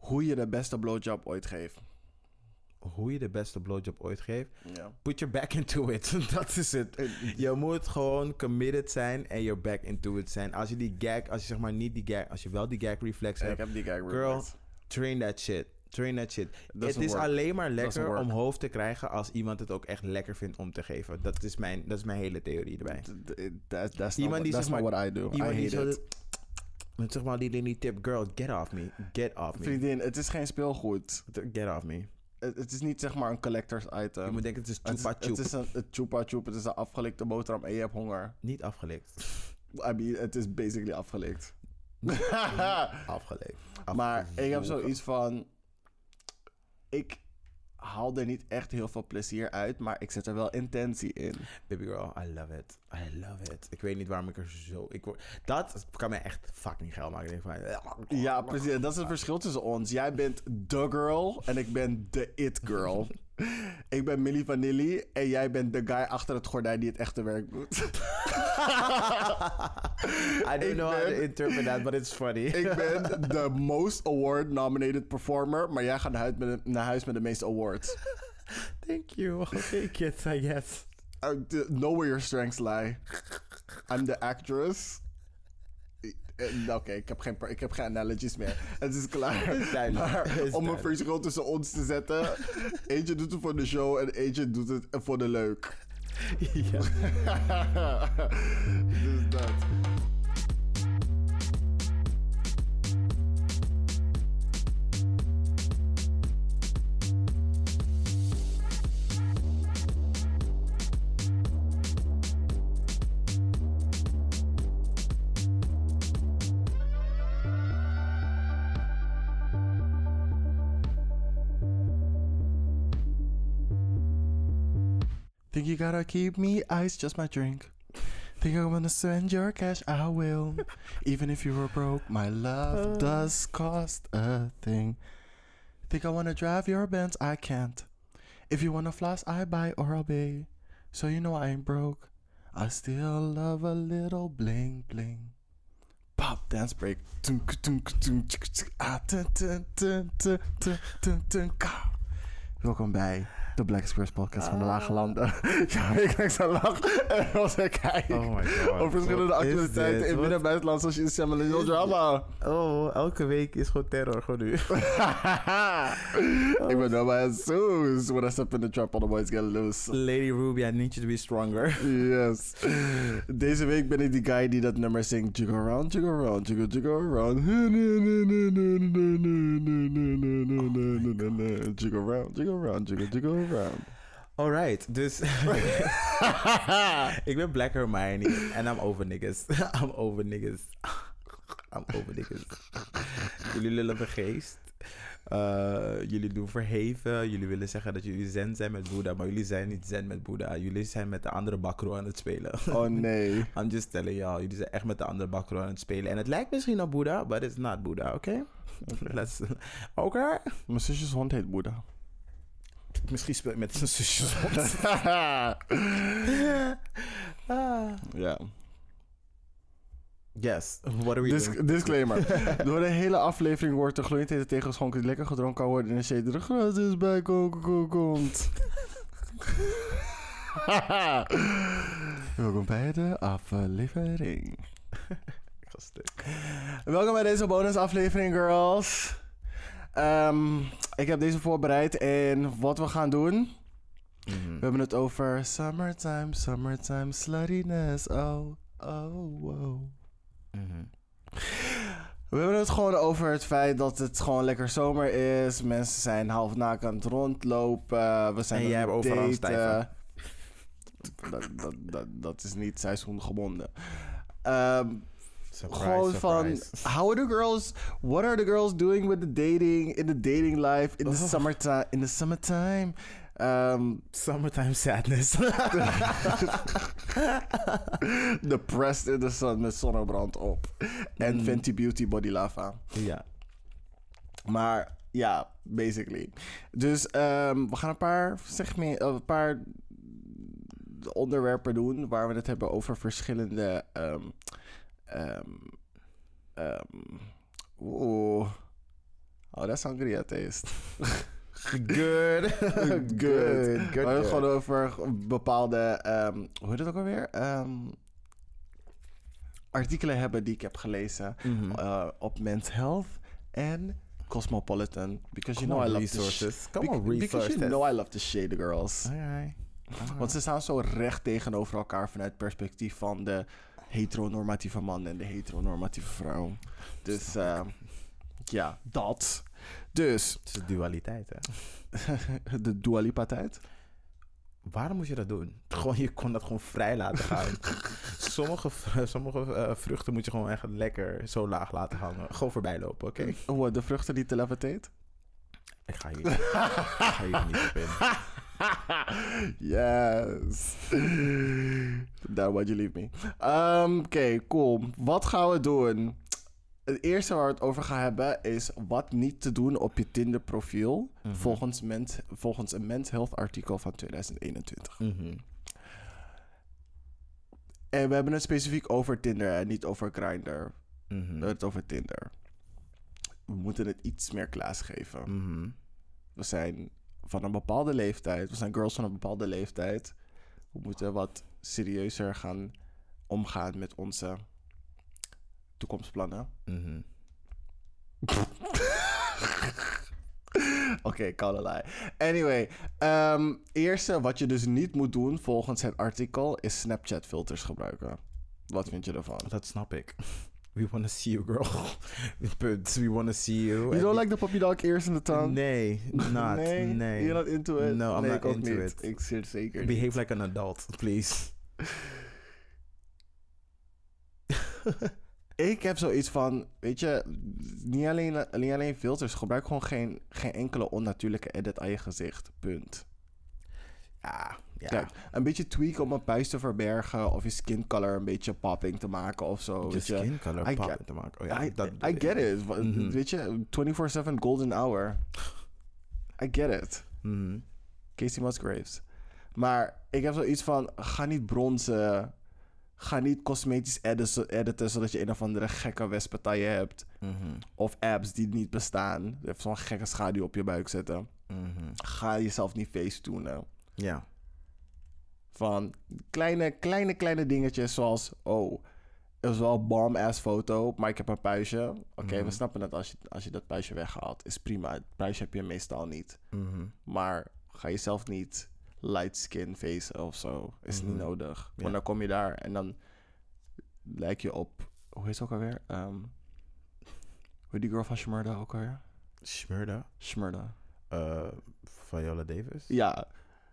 hoe je de beste blowjob ooit geeft. Hoe je de beste blowjob ooit geeft? Ja. Put your back into it. Dat is het. Je moet gewoon committed zijn en your back into it zijn. Als je die gag, als je zeg maar niet die gag, als je wel die gag reflex hebt. Ik heb die gag girl, reflex. Train that shit. Train that shit. Het is work. alleen maar lekker work. om hoofd te krijgen als iemand het ook echt lekker vindt om te geven. Dat is mijn hele theorie erbij. That's Iemand die not zeg maar- what I do. I Iemand die hate zo it. met zeg maar die tip, girl, get off me. Get off me. Vriendin, het is geen speelgoed. Get off me. Het is niet zeg maar een collector's item. Je moet denken, het is Het chupa chup. is een chupa chup. Het is een afgelikte boterham en je hebt honger. Niet afgelikt. I mean, het is basically afgelikt. Afgelikt. Maar ik heb zoiets van... Ik haal er niet echt heel veel plezier uit, maar ik zet er wel intentie in. Baby girl, I love it. I love it. Ik weet niet waarom ik er zo... Dat kan me echt fucking geil maken. Ik denk van... Ja, precies. Dat is het verschil tussen ons. Jij bent the girl en ik ben the it girl. Ik ben Milli Vanilli en jij bent de guy achter het gordijn die het echte werk doet. I don't know how to interpret that, but it's funny. Ik ben de most award nominated performer, maar jij gaat naar huis met de meeste awards. Thank you. I'll take it, I guess. Know where your strengths lie. I'm the actress. Oké, ik heb geen analogies meer. Het is klaar. Is duidelijk. Maar Is om een duidelijk. verschil tussen ons te zetten. Eentje doet het voor de show en eentje doet het voor de leuk. Ja. Dus dat. Think you gotta keep me, ice just my drink. Think I'm gonna spend your cash, I will. Even if you were broke, my love does cost a thing. Think I wanna drive your Benz, I can't. If you wanna floss, I buy or obey. So you know I ain't broke. I still love a little bling bling. Pop dance break. Welkom bij de Black Squares podcast van de Lage Landen. Ja, ik krijg zo lach en als ik kijk Oh my god. over verschillende Wat is actualiteiten dit? in binnen- en buitenland zoals je in Millennial Drama. Oh, elke week is gewoon terror gewoon nu. Ik ben Nova Soos. When I step in the trap, all the boys get loose. Lady Ruby, I need you to be stronger. Yes. Deze week ben ik die guy die dat nummer zingt. Jiggle around, jiggle around, jiggle, jiggle around. Jiggle around, jiggle around, jiggle, jiggle around. Alright, dus... ik ben Black Hermione en I'm over niggas. I'm over niggas. I'm over niggas. Jullie lullen vergeest. Jullie doen verheven. Jullie willen zeggen dat jullie zen zijn met Boeddha, maar jullie zijn niet zen met Boeddha. Jullie zijn met de andere bakro aan het spelen. Oh nee. I'm just telling y'all. Jullie zijn echt met de andere bakro aan het spelen. En het lijkt misschien op Boeddha, but it's not Boeddha, oké? Oké? Mijn zusjes hond heet Boeddha. Misschien speel ik met zijn zusjes. Ja. Yes. What are we doing? Disclaimer. Door de hele aflevering wordt de gloeiend hete thee geschonken die lekker gedronken kan worden in een shade er gratis bij komt. Welkom bij de aflevering. Ik ga stuk. Welkom bij deze bonusaflevering, girls. Ik heb deze voorbereid en wat we gaan doen... We hebben het over summertime sluttiness. Oh. We hebben het gewoon over het feit dat het gewoon lekker zomer is. Mensen zijn half naakt aan het rondlopen. We zijn En jij hebt overal een stijve. Dat is niet seizoengebonden. Surprise, Gewoon surprise. van, what are the girls doing with the dating life in the summertime? Summertime sadness. Depressed in the sun met zonnebrand op. En Fenty Beauty Body Lava. Ja. Maar ja, basically. Dus we gaan een paar onderwerpen doen waar we het hebben over verschillende... Oh, that's sangria taste. Good. Good. We hebben het gewoon over bepaalde... hoe heet het ook alweer? Artikelen hebben die ik heb gelezen op Men's Health en Cosmopolitan. Because you know I love resources. Because you know I love to shade the girls. Alright. Want ze staan zo recht tegenover elkaar vanuit het perspectief van de heteronormatieve man en de heteronormatieve vrouw. Dus ja, dat. Dus. Het is de dualiteit, hè? De dualiteit. Waarom moet je dat doen? Gewoon, je kon dat gewoon vrij laten gaan. Sommige vruchten moet je gewoon echt lekker zo laag laten hangen. Gewoon voorbij lopen, oké? Oh, de vruchten die te levitate? Ik ga hier niet op in. Yes. That why'd you leave me. Oké, cool. Wat gaan we doen? Het eerste waar we het over gaan hebben is wat niet te doen op je Tinder profiel volgens een Men's Health artikel van 2021. En we hebben het specifiek over Tinder en niet over Grindr. We hebben het over Tinder. We moeten het iets meer class geven. We zijn van een bepaalde leeftijd. We zijn girls van een bepaalde leeftijd. We moeten wat serieuzer gaan omgaan met onze toekomstplannen. Oké, call a lie. Anyway, eerste wat je dus niet moet doen volgens het artikel is Snapchat filters gebruiken. Wat vind je ervan? Dat snap ik. We want to see you, girl. We want to see you. You don't like the puppy dog ears in the tongue? Nee, not. Nee. You're not into it? No, I'm not into it. Ik zit zeker Behave niet. like an adult, please. Ik heb zoiets van, weet je, niet alleen filters. Gebruik gewoon geen enkele onnatuurlijke edit aan je gezicht. Punt. Ja. Kijk, een beetje tweak om een puist te verbergen of je skin color een beetje popping te maken of zo. Je skin color popping te maken. Oh, ja, I get it. Weet je, 24/7 golden hour. I get it. Casey Musgraves. Maar ik heb zoiets van, ga niet bronzen. Ga niet cosmetisch editen zodat je een of andere gekke wespentaille hebt. Of apps die niet bestaan. Je hebt zo'n gekke schaduw op je buik zetten. Ga jezelf niet facetunen. Ja. Van kleine dingetjes zoals... Oh, het was wel een bomb-ass foto, maar ik heb een puistje. Oké, we snappen het als je dat puistje weghaalt. Is prima. Het puistje heb je meestal niet. Maar ga jezelf niet light skin face of zo. Is niet nodig. Want dan kom je daar en dan lijk je op... Hoe heet het ook alweer? Hoe die girl van Shmurda ook alweer? Shmurda. Viola Davis? Ja.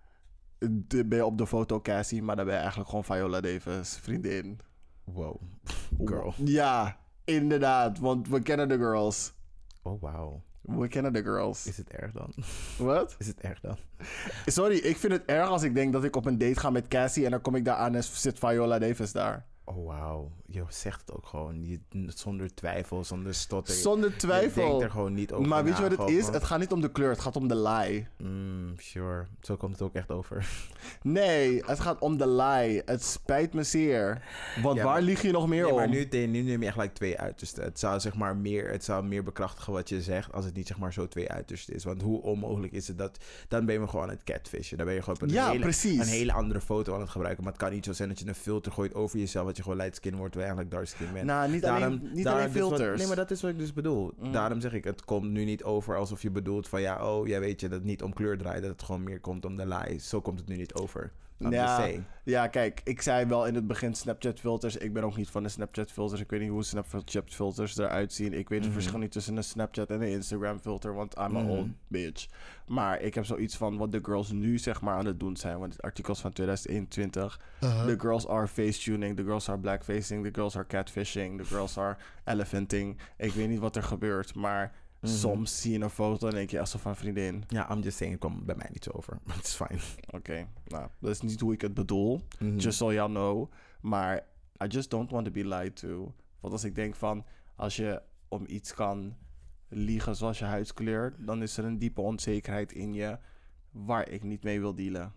Ben je op de foto Cassie, maar dan ben je eigenlijk gewoon Viola Davis, vriendin. Wow. Girl. Ja, inderdaad. Want we kennen de girls. Oh, wow. We kennen de girls. Is het erg dan? Wat? Is het erg dan? Sorry, ik vind het erg als ik denk dat ik op een date ga met Cassie en dan kom ik daar aan en zit Viola Davis daar. Oh, wauw. Je zegt het ook gewoon. Zonder twijfel, zonder stotter. Zonder twijfel. Je denkt er gewoon niet over. Maar weet je wat het is? Het gaat niet om de kleur, het gaat om de lie. Sure. Zo komt het ook echt over. Nee, het gaat om de lie. Het spijt me zeer. Want Ja, waar lieg je nog meer om? Maar nu neem je echt gelijk twee uitersten. Het zou meer bekrachtigen wat je zegt als het niet zeg maar zo twee uitersten is. Want hoe onmogelijk is het dat... Dan ben je gewoon aan het catfishen. Dan ben je gewoon op een hele andere foto aan het gebruiken. Maar het kan niet zo zijn dat je een filter gooit over jezelf, dat je gewoon light skin wordt, terwijl je eigenlijk dark skin bent. Nou, niet alleen filters. Nee, maar dat is wat ik dus bedoel. Daarom zeg ik, het komt nu niet over alsof je bedoelt van jij weet je dat het niet om kleur draait, dat het gewoon meer komt om de lie. Zo komt het nu niet over. Ja, kijk, ik zei wel in het begin Snapchat filters. Ik ben ook niet van de Snapchat filters. Ik weet niet hoe Snapchat filters eruit zien. Ik weet het verschil niet tussen een Snapchat en een Instagram filter, want I'm a old bitch. Maar ik heb zoiets van wat de girls nu zeg maar aan het doen zijn. Want het artikel is van 2021. The girls are face-tuning, the girls are blackfacing, the girls are catfishing, the girls are elephanting. Ik weet niet wat er gebeurt, maar soms zie je een foto en denk je alsof van vriendin. Ja, I'm just saying, het kwam bij mij niet zo over. Maar het is fijn. Oké, nou, dat is niet hoe ik het bedoel. Just so y'all know. Maar I just don't want to be lied to. Want als ik denk van, als je om iets kan liegen zoals je huidskleur, dan is er een diepe onzekerheid in je waar ik niet mee wil dealen.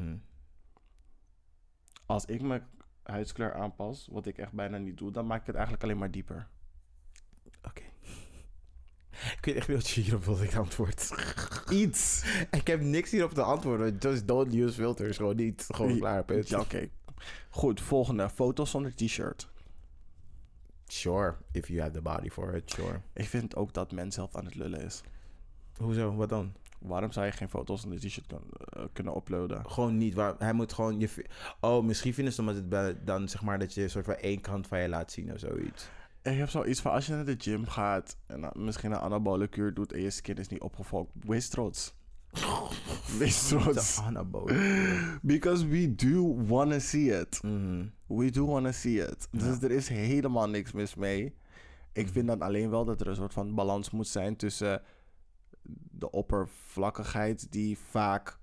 Als ik mijn huidskleur aanpas, wat ik echt bijna niet doe, dan maak ik het eigenlijk alleen maar dieper. Oké. Ik weet echt niet wat je hierop wilt ik antwoord. Iets. Ik heb niks hierop te antwoorden. Just don't use filters. Gewoon niet. Gewoon klaar. Punt. Ja, oké. Goed, volgende. Foto's zonder t-shirt. Sure. If you have the body for it, sure. Ik vind ook dat men zelf aan het lullen is. Hoezo? Wat dan? Waarom zou je geen foto's zonder t-shirt kunnen uploaden? Gewoon niet. Hij moet gewoon... misschien vinden ze omdat het dan zeg maar dat je een soort van één kant van je laat zien of zoiets. Ik heb zoiets van, als je naar de gym gaat en dan misschien een anabole kuur doet en je skin is niet opgevolkt, wees trots. Wees trots. Because we do wanna see it. Mm-hmm. We do wanna see it. Ja. Dus er is helemaal niks mis mee. Ik vind dan alleen wel dat er een soort van balans moet zijn tussen de oppervlakkigheid die vaak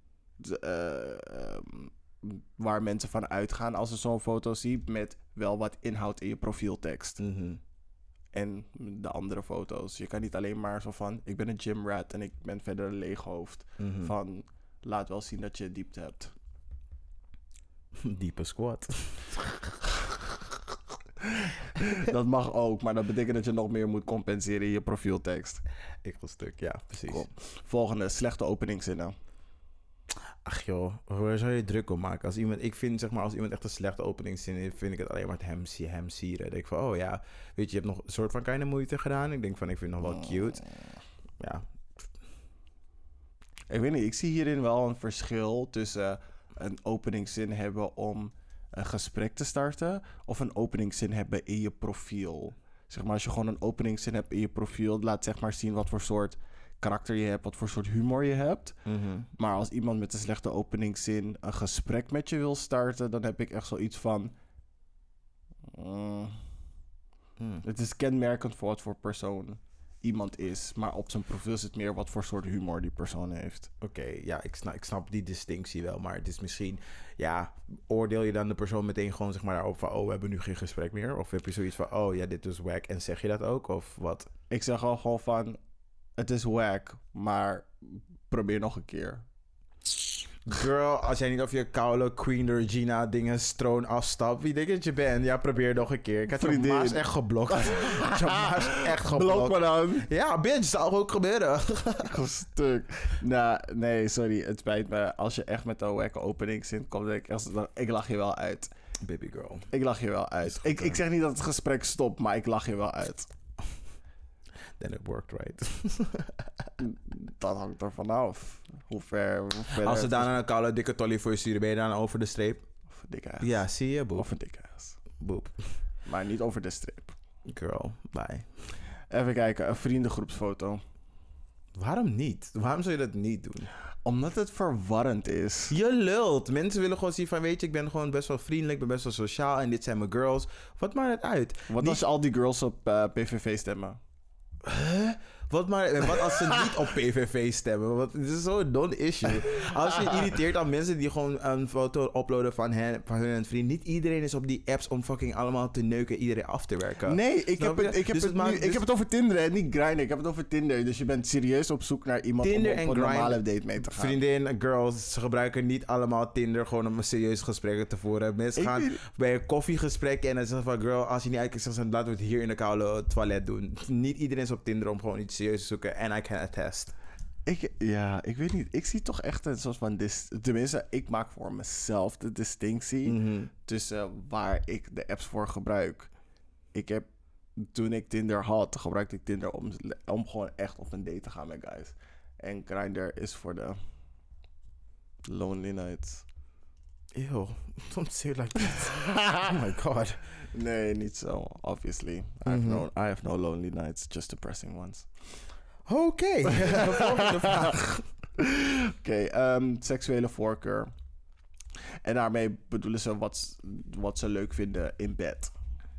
waar mensen van uitgaan als ze zo'n foto zien met wel wat inhoud in je profieltekst. Mm-hmm. En de andere foto's. Je kan niet alleen maar zo van, ik ben een gym rat en ik ben verder een leeg hoofd. Mm-hmm. Van, laat wel zien dat je diepte hebt. Diepe squat. Dat mag ook, maar dat betekent dat je nog meer moet compenseren in je profieltekst. Ik wil stuk, ja, precies. Cool. Volgende, slechte openingszinnen. Ach joh, waar zou je druk om maken? Ik vind zeg maar, als iemand echt een slechte openingszin heeft, vind ik het alleen maar het hem sieren. Dan denk ik van, oh ja, weet je hebt nog een soort van kleine moeite gedaan. Ik denk van, ik vind het nog wel cute. Ja. Ik weet niet, ik zie hierin wel een verschil tussen een openingszin hebben om een gesprek te starten of een openingszin hebben in je profiel. Zeg maar, als je gewoon een openingszin hebt in je profiel, laat zeg maar zien wat voor soort karakter je hebt, wat voor soort humor je hebt. Mm-hmm. Maar als iemand met een slechte openingszin een gesprek met je wil starten, dan heb ik echt zoiets van... Het is kenmerkend voor wat voor persoon iemand is. Maar op zijn profiel zit meer wat voor soort humor die persoon heeft. Oké, ja, ik snap die distinctie wel. Maar het is misschien, ja, oordeel je dan de persoon meteen gewoon zeg maar daarop van, oh, we hebben nu geen gesprek meer? Of heb je zoiets van, oh ja, dit is wack en zeg je dat ook? Of wat? Ik zeg al gewoon van, het is wack, maar probeer nog een keer. Girl, als jij niet over je koude Queen Regina dingen stroon afstapt, wie denk je dat je bent? Ja, probeer nog een keer. Ik had je maas echt geblokt. Je maas echt geblokt. Blok me dan. Ja, bitch, zou ook gebeuren. Een stuk. Nou, nee, sorry. Het spijt me. Als je echt met een wack opening zit, komt ik lach je wel uit. Baby girl. Ik lach je wel uit. Ik zeg niet dat het gesprek stopt, maar ik lach je wel uit. Then it worked, right? Dat hangt er vanaf. Hoe ver als ze daarna een koude dikke tolly voor je sturen, ben je dan over de streep? Of een dikke ass. Ja, zie je, boep. Of een dikke ass. Boep. Maar niet over de streep. Girl, bye. Even kijken, een vriendengroepsfoto. Waarom niet? Waarom zou je dat niet doen? Omdat het verwarrend is. Je lult. Mensen willen gewoon zien van, weet je, ik ben gewoon best wel vriendelijk, ik ben best wel sociaal en dit zijn mijn girls. Wat maakt het uit? Wat als al die girls op PVV stemmen? Huh? Wat als ze niet op PVV stemmen? Want het is zo'n non-issue. Als je irriteert aan mensen die gewoon een foto uploaden van hun vriend. Niet iedereen is op die apps om fucking allemaal te neuken, iedereen af te werken. Nee, ik heb het over Tinder en niet Grindr. Ik heb het over Tinder. Dus je bent serieus op zoek naar iemand Tinder om op een normale date mee te gaan. Vriendin, girls, ze gebruiken niet allemaal Tinder gewoon om een serieus gesprek te voeren. Mensen gaan bij een koffiegesprek en dan zeggen van, girl, als je niet uitkijkt, zeggen ze, laten we het hier in de koude toilet doen. Niet iedereen is op Tinder om gewoon iets serieus te zoeken. En I can attest. Ik weet niet. Ik zie toch echt een soort van... Tenminste, ik maak voor mezelf de distinctie tussen waar ik de apps voor gebruik. Toen ik Tinder had, gebruikte ik Tinder om gewoon echt op een date te gaan met guys. En Grindr is voor de lonely nights. Ew, don't say it like that. Oh my god. Nee, niet zo. Obviously. I have no lonely nights, just depressing ones. Oké. Volgende vraag. Oké, seksuele voorkeur. En daarmee bedoelen ze wat ze leuk vinden in bed.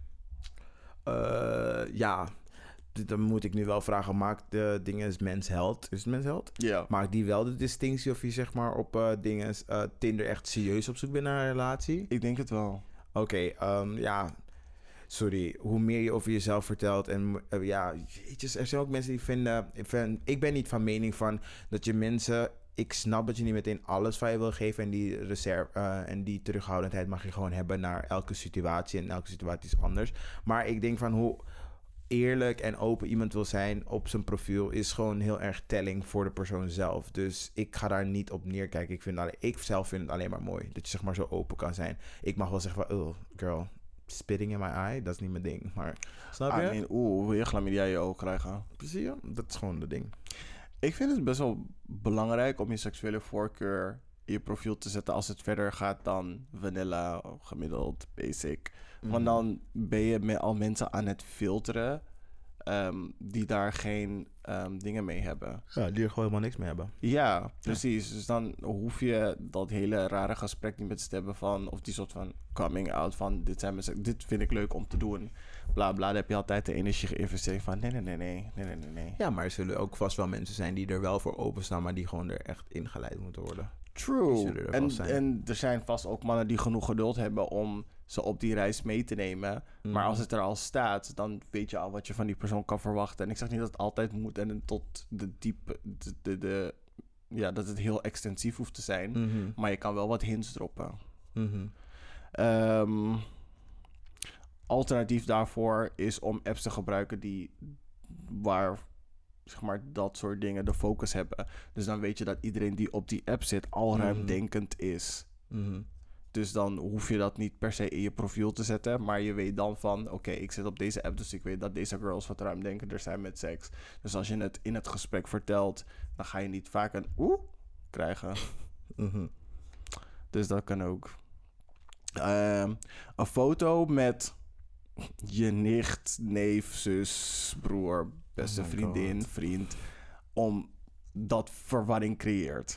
Ja. Dan moet ik nu wel vragen, maakt de dingen is mens held? Is het mens held? Ja. Maakt die wel de distinctie of je zeg maar op Tinder echt serieus op zoek bent naar een relatie? Ik denk het wel. Oké, ja... Sorry, hoe meer je over jezelf vertelt en ja, jeetjes, er zijn ook mensen die vinden... Ik ben niet van mening van dat je mensen... Ik snap dat je niet meteen alles van je wil geven en die reserve en die terughoudendheid mag je gewoon hebben naar elke situatie en elke situatie is anders. Maar ik denk van eerlijk en open iemand wil zijn op zijn profiel is gewoon heel erg telling voor de persoon zelf. Dus ik ga daar niet op neerkijken. Ik zelf vind het alleen maar mooi dat je zeg maar zo open kan zijn. Ik mag wel zeggen van, oh, girl, spitting in my eye, dat is niet mijn ding. Maar snap je? Wil je chlamydia in je oog krijgen? Precies, ja. Dat is gewoon het ding. Ik vind het best wel belangrijk om je seksuele voorkeur in je profiel te zetten als het verder gaat dan vanilla, gemiddeld, basic. Want dan ben je al mensen aan het filteren die daar geen dingen mee hebben. Ja, die er gewoon helemaal niks mee hebben. Ja, precies. Ja. Dus dan hoef je dat hele rare gesprek niet met ze te hebben van, of die soort van coming out van, dit vind ik leuk om te doen. Bla bla, dan heb je altijd de energie geïnvesteerd van nee. Ja, maar er zullen ook vast wel mensen zijn die er wel voor openstaan, maar die gewoon er echt ingeleid moeten worden. True. En er zijn vast ook mannen die genoeg geduld hebben om ze op die reis mee te nemen. Maar als het er al staat, dan weet je al wat je van die persoon kan verwachten. En ik zeg niet dat het altijd moet en tot de diepe... dat het heel extensief hoeft te zijn. Maar je kan wel wat hints droppen. Alternatief daarvoor is om apps te gebruiken waar zeg maar dat soort dingen de focus hebben. Dus dan weet je dat iedereen die op die app zit al ruimdenkend is. Dus dan hoef je dat niet per se in je profiel te zetten. Maar je weet dan van, oké, ik zit op deze app, dus ik weet dat deze girls wat ruimdenkender zijn met seks. Dus als je het in het gesprek vertelt, dan ga je niet vaak een krijgen. Dus dat kan ook. Een foto met je nicht, neef, zus, broer, beste vriendin, vriend, dat verwarring creëert.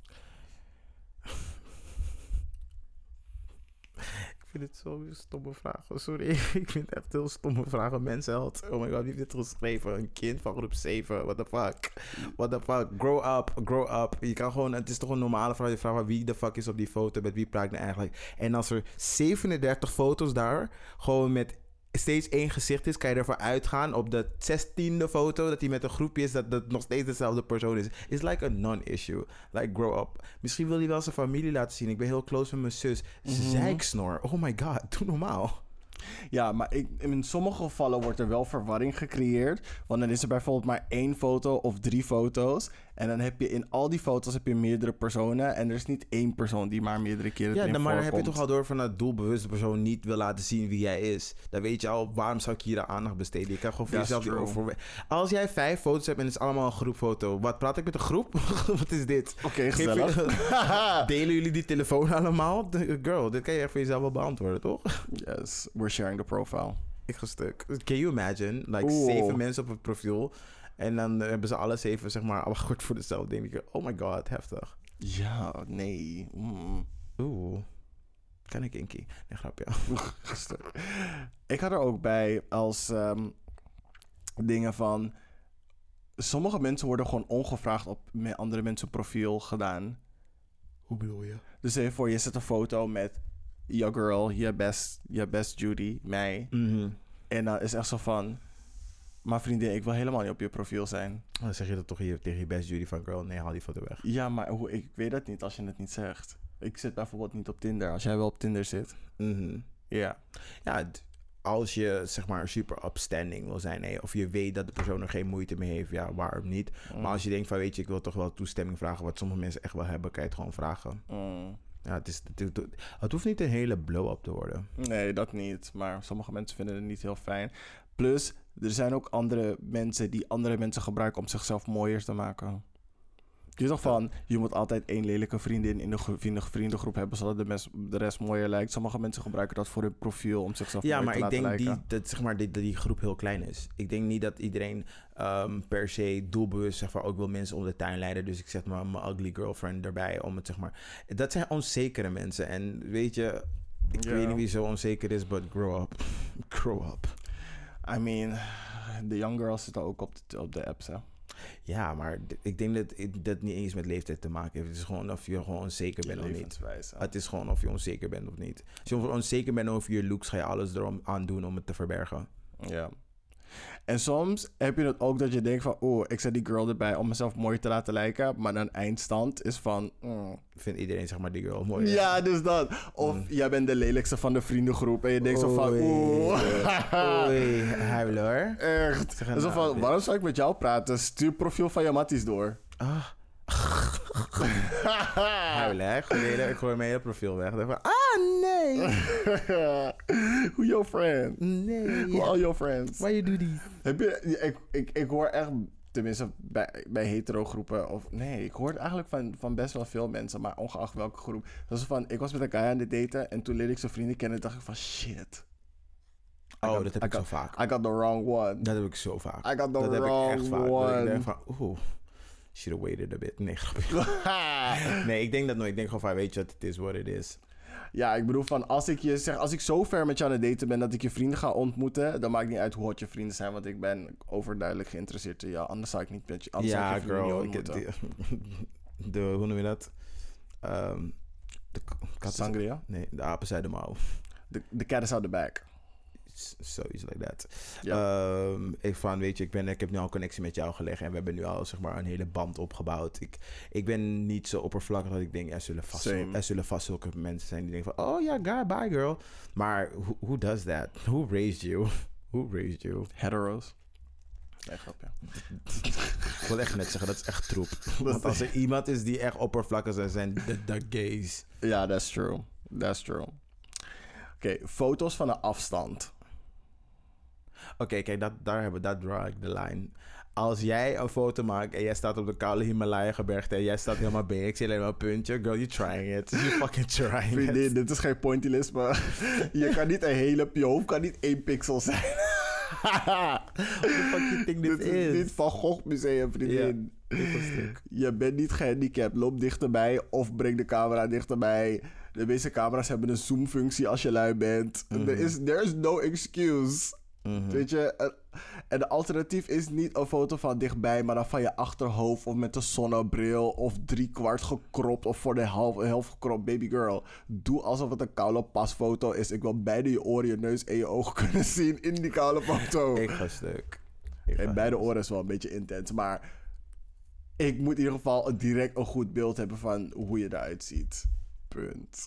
Ik vind het zo'n stomme vragen. Sorry, ik vind het echt heel stomme vragen. Mensenheld. Oh my god, wie heeft dit geschreven? Een kind van groep 7. What the fuck? Grow up. Je kan gewoon, het is toch een normale vraag. Je vraagt wie de fuck is op die foto, met wie praat ik nou eigenlijk? En als er 37 foto's daar, gewoon met steeds één gezicht is, kan je ervan uitgaan op de 16e foto dat hij met een groepje is, dat nog steeds dezelfde persoon is. It's like a non-issue. Like, grow up. Misschien wil hij wel zijn familie laten zien. Ik ben heel close met mijn zus. Zeiksnor. Oh my god, doe normaal. Ja, maar in sommige gevallen wordt er wel verwarring gecreëerd. Want dan is er bijvoorbeeld maar 1 foto of 3 foto's. En dan heb je in al die foto's meerdere personen. En er is niet 1 persoon die maar meerdere keren erin voorkomt. Ja, maar dan heb je toch al door van dat doelbewuste persoon niet wil laten zien wie jij is. Dan weet je al, waarom zou ik hier de aandacht besteden? Je kan gewoon voor jezelf die over. Als jij 5 foto's hebt en het is allemaal een groepfoto. Wat praat ik met een groep? Wat is dit? Oké, gezellig. Delen jullie die telefoon allemaal? Girl, dit kan je echt voor jezelf wel beantwoorden, toch? Yes, we're sharing the profile. Ik ga stuk. Can you imagine? Like 7 mensen op het profiel. En dan hebben ze alle 7 zeg maar afgekort voor dezelfde ding. Ik denk, oh my god, heftig. Ja, nee. Kan ik kinky? Nee, grapje. Ik had er ook bij als dingen van, sommige mensen worden gewoon ongevraagd op met andere mensen profiel gedaan. Hoe bedoel je? Dus even voor, je zet een foto met your girl, your best Judy, mij. En dan is echt zo van, maar vriendin, ik wil helemaal niet op je profiel zijn. Dan zeg je dat toch tegen je best Judy van, girl, nee, haal die foto weg. Ja, maar ik weet dat niet als je het niet zegt. Ik zit bijvoorbeeld niet op Tinder, als jij wel op Tinder zit. Ja. Ja, als je zeg maar super upstanding wil zijn, of je weet dat de persoon er geen moeite mee heeft, ja, waarom niet? Maar als je denkt van, weet je, ik wil toch wel toestemming vragen, wat sommige mensen echt wel hebben, kan je het gewoon vragen. Ja, het hoeft niet een hele blow-up te worden. Nee, dat niet. Maar sommige mensen vinden het niet heel fijn. Plus, er zijn ook andere mensen die andere mensen gebruiken om zichzelf mooier te maken. Je toch van, je moet altijd 1 lelijke vriendin in de vriendengroep hebben, zodat de rest mooier lijkt. Sommige mensen gebruiken dat voor hun profiel om zichzelf mooier te laten lijken. Ja, maar ik denk dat die groep heel klein is. Ik denk niet dat iedereen per se doelbewust zeg maar, ook wil mensen om de tuin leiden. Dus ik zet maar mijn ugly girlfriend erbij om het zeg maar. Dat zijn onzekere mensen. En weet je, ik weet niet wie zo onzeker is, but grow up. Grow up. I mean, de young girls zitten ook op de apps, hè. Ja, maar ik denk dat dat niet eens met leeftijd te maken heeft. Het is gewoon of je gewoon onzeker bent of niet. Het is gewoon of je onzeker bent of niet. Als je onzeker bent over je looks, ga je alles erom aan doen om het te verbergen. Ja. En soms heb je het ook dat je denkt van... ik zet die girl erbij om mezelf mooi te laten lijken. Maar dan eindstand is van... Vindt iedereen zeg maar die girl mooi? Ja, dus dat. Of jij bent de lelijkste van de vriendengroep. En je denkt zo van... Oei, huilen hoor. Echt. Zeg Zo van, waarom zou ik met jou praten? Stuur profiel van je matties door. Huilen, hè? Ik gooi mijn hele profiel weg. Dan van, nee. Who your friend? Nee. Who all your friends? Why you do this? Heb je... Ik hoor echt... Tenminste, bij hetero groepen... Of nee, ik hoor het eigenlijk van best wel veel mensen. Maar ongeacht welke groep. Dat is van... Ik was met een guy aan het daten. En toen leerde ik zijn vrienden kennen. En dacht ik van... Shit. Dat heb ik zo vaak. I got the wrong one. Dat heb ik zo vaak. I got the dat wrong heb ik echt vaak. one. Ik denk van... Should have waited a bit. Nee, grapje. Nee, ik denk dat nooit. Ik denk gewoon van... Weet je wat? Het is what it is. Ja, ik bedoel van... Als ik zo ver met jou aan het daten ben... Dat ik je vrienden ga ontmoeten... Dan maakt niet uit hoe hot je vrienden zijn. Want ik ben overduidelijk geïnteresseerd in jou. Anders zou ik niet met je... Anders zou ik je vrienden niet ontmoeten. Hoe noem je dat? De kat Sangria? Nee, de apen zijn de mouw. The cat is out the bag. Zoiets like that. Ja. Ik heb nu al een connectie met jou gelegd. En we hebben nu al zeg maar een hele band opgebouwd. Ik ben niet zo oppervlakkig dat ik denk... Er zullen vast zulke mensen zijn die denken van... Oh ja, guy, bye girl. Maar who does that? Who raised you? Who raised you? Hetero's. Nee, grapje. Ik wil echt net zeggen, dat is echt troep. Want als er iemand is die echt oppervlakkig is, zijn de gays. Ja, that's true. That's true. Oké, foto's van een afstand. Oké, kijk, daar draw ik de lijn. Als jij een foto maakt en jij staat op de koude Himalaya-gebergte en jij staat helemaal beneden, ik zie alleen maar een puntje. Girl, you're trying it. You're fucking trying Vriendin, it. dit is geen pointillisme. Je kan niet een hele... Je hoofd kan niet 1 pixel zijn. What the fuck you think this Dit is niet Van Gogh Museum, vriendin. Je bent niet gehandicapt. Loop dichterbij of breng de camera dichterbij. De meeste camera's hebben een zoom-functie als je lui bent. There is no excuse. Weet je? En de alternatief is niet een foto van dichtbij, maar dan van je achterhoofd of met een zonnebril of 3/4 gekropt of voor de helft gekropt. Baby girl, doe alsof het een koude pasfoto is. Ik wil beide je oren, je neus en je ogen kunnen zien in die koude foto. Ik ga stuk. En beide oren is wel een beetje intens, maar ik moet in ieder geval direct een goed beeld hebben van hoe je eruit ziet. Punt.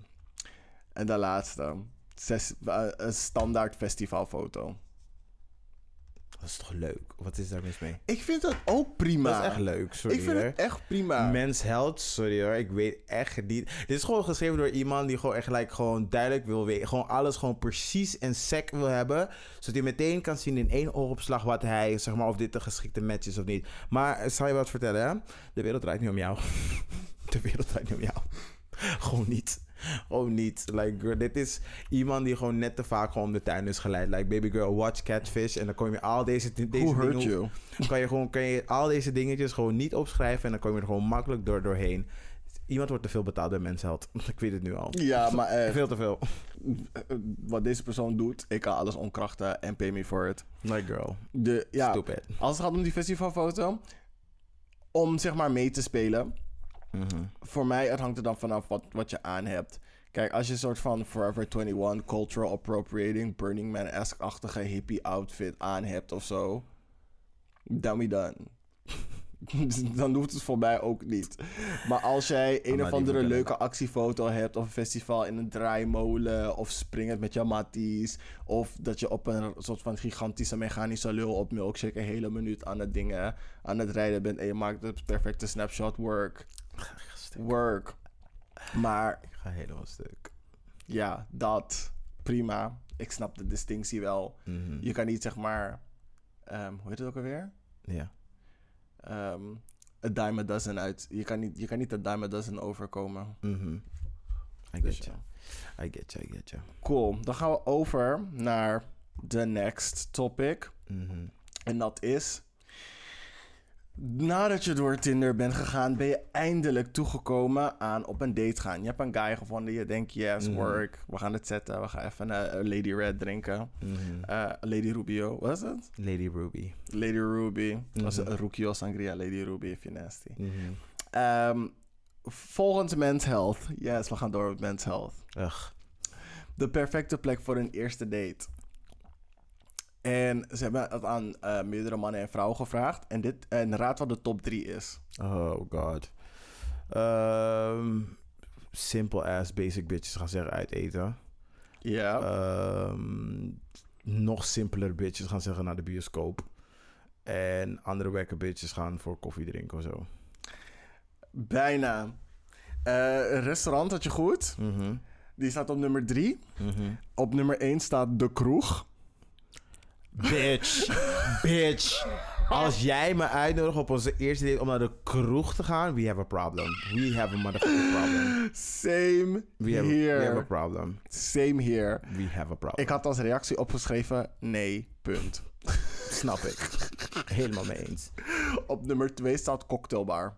En de laatste. Een standaard festivalfoto. Dat is toch leuk? Wat is daar mis mee? Ik vind dat ook prima. Dat is echt leuk, sorry. Ik vind het echt prima. Mens held, sorry hoor. Ik weet echt niet. Dit is gewoon geschreven door iemand die gewoon echt gewoon duidelijk wil weten. Gewoon alles gewoon precies en sec wil hebben. Zodat hij meteen kan zien in 1 oogopslag wat hij, zeg maar, of dit een geschikte match is of niet. Maar zal je wat vertellen, hè? De wereld draait niet om jou. De wereld draait niet om jou. Gewoon niet. Oh, niet. Like, girl, dit is iemand die gewoon net te vaak gewoon om de tuin is geleid. Like, baby girl, watch Catfish. En dan kom je al deze Who hurt dingen... Kan je al deze dingetjes gewoon niet opschrijven. En dan kom je er gewoon makkelijk doorheen. Iemand wordt te veel betaald bij mensheld. Ik weet het nu al. Ja, maar... veel te veel. Wat deze persoon doet, ik kan alles omkrachten en pay me for it. Like, girl. Stupid. Als het gaat om die festivalfoto... Om, zeg maar, mee te spelen... Voor mij, het hangt er dan vanaf wat je aan hebt. Kijk, als je een soort van Forever 21 cultural appropriating, Burning Man-esque-achtige hippie outfit aan hebt of zo, dan we done. Dan hoeft het voor mij ook niet. Maar als jij een of andere leuke actiefoto hebt, of een festival in een draaimolen, of springend met je matties, of dat je op een soort van gigantische mechanische lul op milkshake een hele minuut aan het rijden bent en je maakt het perfecte snapshot work. Maar... Ik ga helemaal stuk. Ja, dat. Prima. Ik snap de distinctie wel. Je kan niet, zeg maar... hoe heet het ook alweer? Ja. A dime a dozen uit... Je kan niet a dime a dozen overkomen. I get you. Cool. Dan gaan we over naar the next topic. En dat is... Nadat je door Tinder bent gegaan, ben je eindelijk toegekomen aan op een date gaan. Je hebt een guy gevonden, je denkt, yes, work. We gaan het zetten, we gaan even een Lady Red drinken. Lady Rubio, wat is het? Lady Ruby. Lady Ruby. Dat is een Rukio Sangria, Lady Ruby, if you're nasty. Volgens Men's Health. Yes, we gaan door met Men's Health. Ugh. De perfecte plek voor een eerste date. En ze hebben het aan meerdere mannen en vrouwen gevraagd. En raad wat de top 3 is. Oh god. Simple ass basic bitches gaan zeggen uit eten. Ja. Nog simpeler bitches gaan zeggen naar de bioscoop. En andere wekke bitches gaan voor koffie drinken of zo. Bijna. Een restaurant had je goed. Die staat op nummer 3. Op nummer 1 staat De Kroeg. Bitch. Als jij me uitnodigt op onze eerste date om naar de kroeg te gaan, we have a problem. We have a motherfucking problem. Same here. We have a problem. Same here. We have a problem. Ik had als reactie opgeschreven, nee, punt. Snap ik. Helemaal mee eens. Op nummer 2 staat Cocktailbar.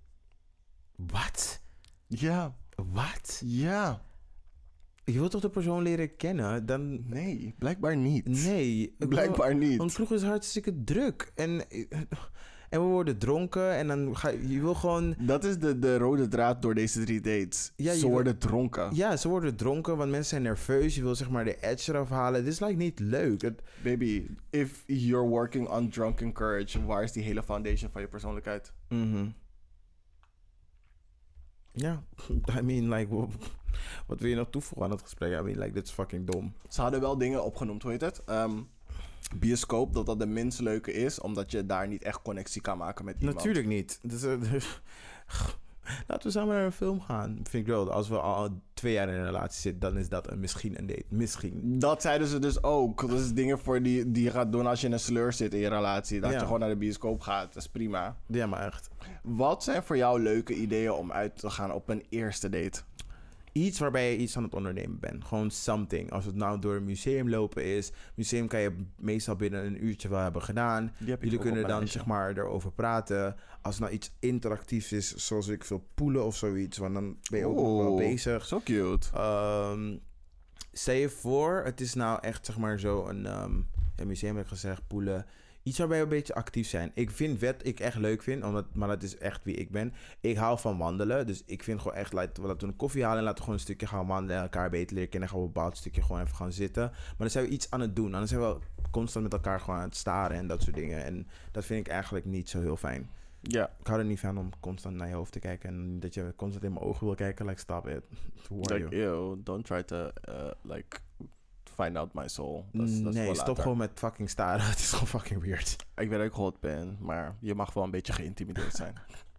Wat? Ja. Wat? Ja. Je wilt toch de persoon leren kennen? Dan... Nee, blijkbaar niet. Nee. Blijkbaar niet. Een kroeg is hartstikke druk. En we worden dronken en dan ga je wil gewoon... Dat is de rode draad door deze 3 dates. Ja, ze worden dronken. Ja, ze worden dronken, want mensen zijn nerveus. Je wil zeg maar de edge eraf halen. Dit is like niet leuk. Baby, if you're working on drunken courage, waar is die hele foundation van je persoonlijkheid? Ja, I mean, like, wat wil je nog toevoegen aan het gesprek? I mean, like, dit is fucking dom. Ze hadden wel dingen opgenoemd, hoe heet het? Bioscoop, dat de minst leuke is, omdat je daar niet echt connectie kan maken met iemand. Natuurlijk niet. Dus, laten we samen naar een film gaan. Vind ik wel. Als we al 2 jaar in een relatie zitten, dan is dat misschien een date. Misschien. Dat zeiden ze dus ook. Dat is dingen voor die je gaat doen als je in een sleur zit in je relatie. Dat Ja. je gewoon naar de bioscoop gaat. Dat is prima. Ja, maar echt. Wat zijn voor jou leuke ideeën om uit te gaan op een eerste date? Iets waarbij je iets aan het ondernemen bent. Gewoon something. Als het nou door een museum lopen is. Museum kan je meestal binnen een uurtje wel hebben gedaan. Jullie kunnen dan zeg maar erover praten. Als het nou iets interactiefs is, zoals ik veel poelen of zoiets. Want dan ben je ook nog wel bezig. Zo cute. Stel je voor, het is nou echt zeg maar zo een museum heb ik gezegd, poelen. Iets waarbij we een beetje actief zijn. Ik vind wat ik echt leuk vind, maar dat is echt wie ik ben. Ik hou van wandelen, dus ik vind gewoon echt, laten we een koffie halen en laten we gewoon een stukje gaan wandelen en elkaar beter leren kennen. En gaan we op een bepaald stukje gewoon even gaan zitten. Maar dan zijn we iets aan het doen. Dan zijn we constant met elkaar gewoon aan het staren en dat soort dingen. En dat vind ik eigenlijk niet zo heel fijn. Ja. Ik hou er niet van om constant naar je hoofd te kijken en dat je constant in mijn ogen wil kijken. Like, stop it. Who are like, you? ew, don't try to, find out my soul. Nee, stop gewoon met fucking staren. Het is gewoon fucking weird. Ik weet dat ik hot ben, maar je mag wel een beetje geïntimideerd zijn.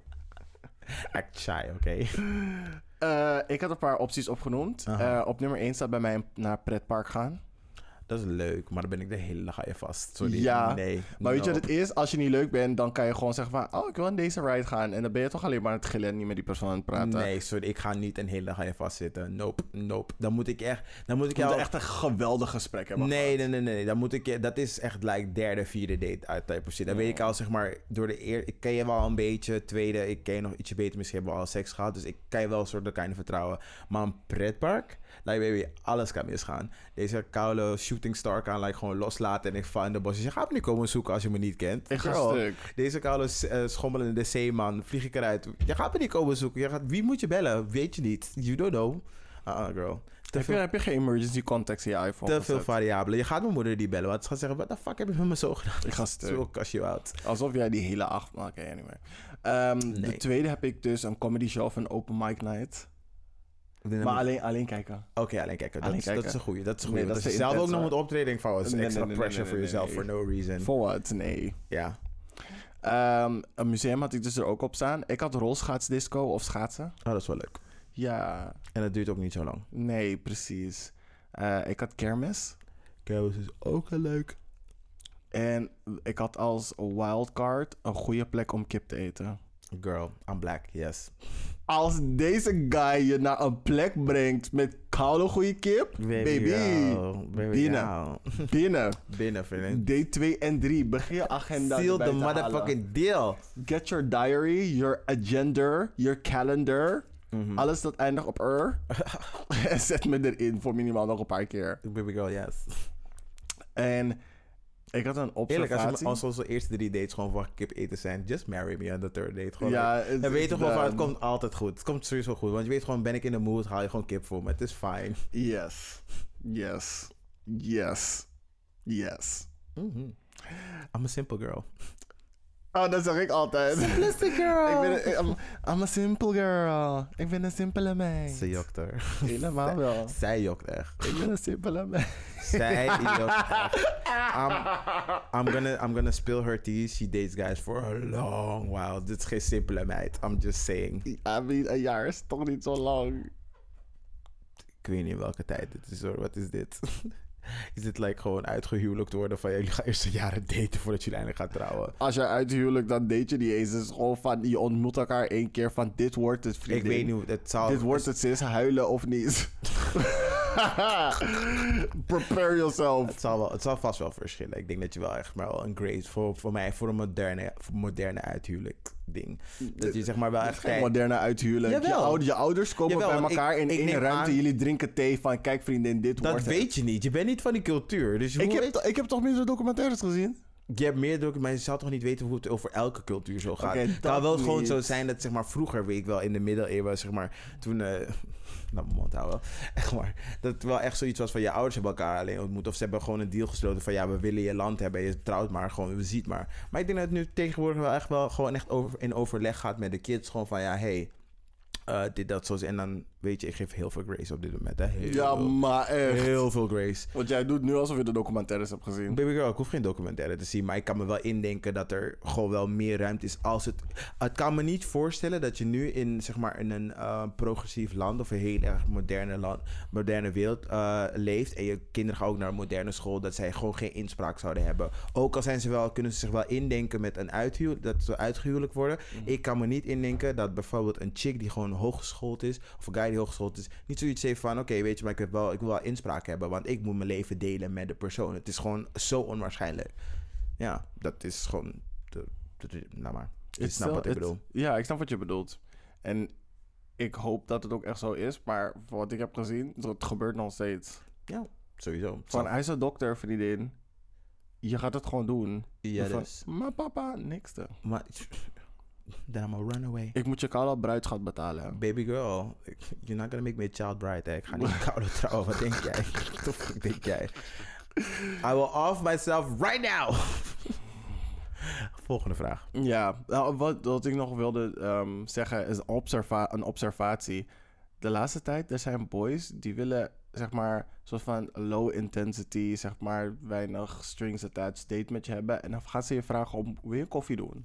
Act shy, oké. Ik had een paar opties opgenoemd. Op nummer 1 staat bij mij naar pretpark gaan. Dat is leuk, maar dan ben ik de hele dag aan je vast. Sorry. Ja, nee. Maar weet je wat het is? Als je niet leuk bent, dan kan je gewoon zeggen van... Oh, ik wil aan deze ride gaan. En dan ben je toch alleen maar aan het gillen en niet met die persoon aan het praten. Nee, sorry. Ik ga niet een hele dag aan je vastzitten. Nope. Dan moet ik echt... Dan moet je echt een geweldig gesprek hebben. Nee. Dan moet ik... Dat is echt like derde, vierde date uit type of shit. Dan weet ik al zeg maar... Ik ken je wel een beetje. Tweede, ik ken je nog ietsje beter. Misschien hebben we al seks gehad. Dus ik kan je wel een soort de kind vertrouwen. Maar een pretpark... Like baby, alles kan misgaan. Deze koude shooting star kan like gewoon loslaten en ik val in de bosjes. Je gaat me niet komen zoeken als je me niet kent. Ik ga stuk. Deze koude schommelende zeeman, vlieg ik eruit. Je gaat me niet komen zoeken. Wie moet je bellen? Weet je niet. You don't know. Girl. Heb je geen emergency contacts in je iPhone? Te veel variabelen. Je gaat mijn moeder die bellen. Want ze gaat zeggen, what the fuck heb je met me zo gedaan? Ik ga stuk. Zo kast je uit. Alsof jij die hele Oké, anyway. Nee. De tweede heb ik dus een comedy show of een open mic night. Maar alleen kijken. Oké, alleen kijken. Dat is een goeie. Dat is een goeie. Nee, dat je zelf ook nog moet optreden. Denk van, is extra pressure for yourself for no reason. For what? Nee. Ja. Een museum had ik dus er ook op staan. Ik had rolschaatsdisco of schaatsen. Oh, dat is wel leuk. Ja. En dat duurt ook niet zo lang. Nee, precies. Ik had kermis. Kermis is ook heel leuk. En ik had als wildcard een goede plek om kip te eten. Girl, I'm black, yes. Als deze guy je naar een plek brengt met koude goede kip, baby. Binnen, vriend. Day 2 en 3. Begin je agenda Seal erbij the te motherfucking halen. deal. Get your diary, your agenda, your calendar. Alles dat eindigt op en zet me erin voor minimaal nog een paar keer. Baby girl, yes. En ik had een observatie. Eerlijk, als onze eerste 3 dates gewoon voor kip eten zijn, just marry me on the third date. Gewoon ja, en weet je gewoon van, het komt altijd goed. Het komt sowieso goed. Want je weet gewoon, ben ik in de mood, haal je gewoon kip voor me. Het is fine. Yes. I'm a simple girl. Oh, dat zeg ik altijd. Simplistic girl. I'm a simple girl. Ik ben een simpele meid. Ze jokt er. Helemaal wel. Zij jokt echt. Ik ben een simpele meid. Zij jokt echt. I'm gonna spill her tea. She dates guys for a long while. Dit is geen simpele meid. I'm just saying. I mean, een jaar is toch niet zo lang. Ik weet niet welke tijd het is hoor. Wat is dit? Is dit like gewoon uitgehuwelijkt worden van jullie gaan eerst een jaren daten voordat jullie eindelijk gaan trouwen? Als je uithuwelijk, dan date je niet eens. Het is gewoon van, je ontmoet elkaar 1 keer van dit wordt het vriendin. Ik weet niet hoe het zal. Dit wordt het sis, huilen of niet. Prepare yourself. Het zal vast wel verschillen. Ik denk dat je wel echt maar wel een grace voor mij, voor een moderne uithuwelijk ding. Dat je zeg maar wel echt geen moderne uithuwelijk. Je ouders komen bij elkaar in één ruimte. Jullie drinken thee van, kijk vriendin, dit wordt het. Dat weet je niet. Je bent niet van die cultuur. Dus ik heb toch minder documentaires gezien? Je hebt meer druk, maar je zou toch niet weten hoe het over elke cultuur zo gaat. Het kan wel gewoon zo zijn dat, zeg maar, vroeger, weet ik wel, in de middeleeuwen, zeg maar, toen... nou, mijn mond houden. Echt maar. Dat het wel echt zoiets was van je ouders hebben elkaar alleen ontmoet. Of ze hebben gewoon een deal gesloten van ja, we willen je land hebben. Je trouwt maar gewoon, we zien maar. Maar ik denk dat het nu tegenwoordig wel echt gewoon echt in overleg gaat met de kids. Gewoon van ja, hey, dit, dat, zo. En dan weet je, ik geef heel veel grace op dit moment. Hè. Maar echt. Heel veel grace. Want jij doet nu alsof je de documentaires hebt gezien. Baby girl, ik hoef geen documentaire te zien. Maar ik kan me wel indenken dat er gewoon wel meer ruimte is als het... Het kan me niet voorstellen dat je nu in, zeg maar, in een progressief land... of een heel erg moderne wereld leeft... en je kinderen gaan ook naar een moderne school... dat zij gewoon geen inspraak zouden hebben. Ook al kunnen ze zich wel indenken met een dat ze uitgehuwelijk worden. Ik kan me niet indenken dat bijvoorbeeld een chick die gewoon hooggeschoold is... of een guy die hooggeschoold is... niet zoiets heeft van... oké, weet je, maar ik wil wel inspraak hebben... want ik moet mijn leven delen met de persoon. Het is gewoon zo onwaarschijnlijk. Ja, dat is gewoon... nou maar, je snapt wat ik bedoel. Ja, ik snap wat je bedoelt. En ik hoop dat het ook echt zo is. Maar voor wat ik heb gezien, het gebeurt nog steeds. Ja, sowieso. Van, hij is een dokter, vriendin. Je gaat het gewoon doen. Ja, van, dus. Maar papa, niks te. Maar... then I'm a runaway. Ik moet je koude bruidsgat betalen. Hè? Baby girl, you're not gonna make me a child bride. Hè? Ik ga niet koude trouwen. Wat denk jij? Wat denk jij? I will off myself right now. Volgende vraag. Ja, nou, wat ik nog wilde zeggen is een observatie. De laatste tijd, er zijn boys die willen, zeg maar, soort van low intensity, zeg maar, weinig strings attached date met je hebben. En dan gaan ze je vragen om, wil je koffie doen?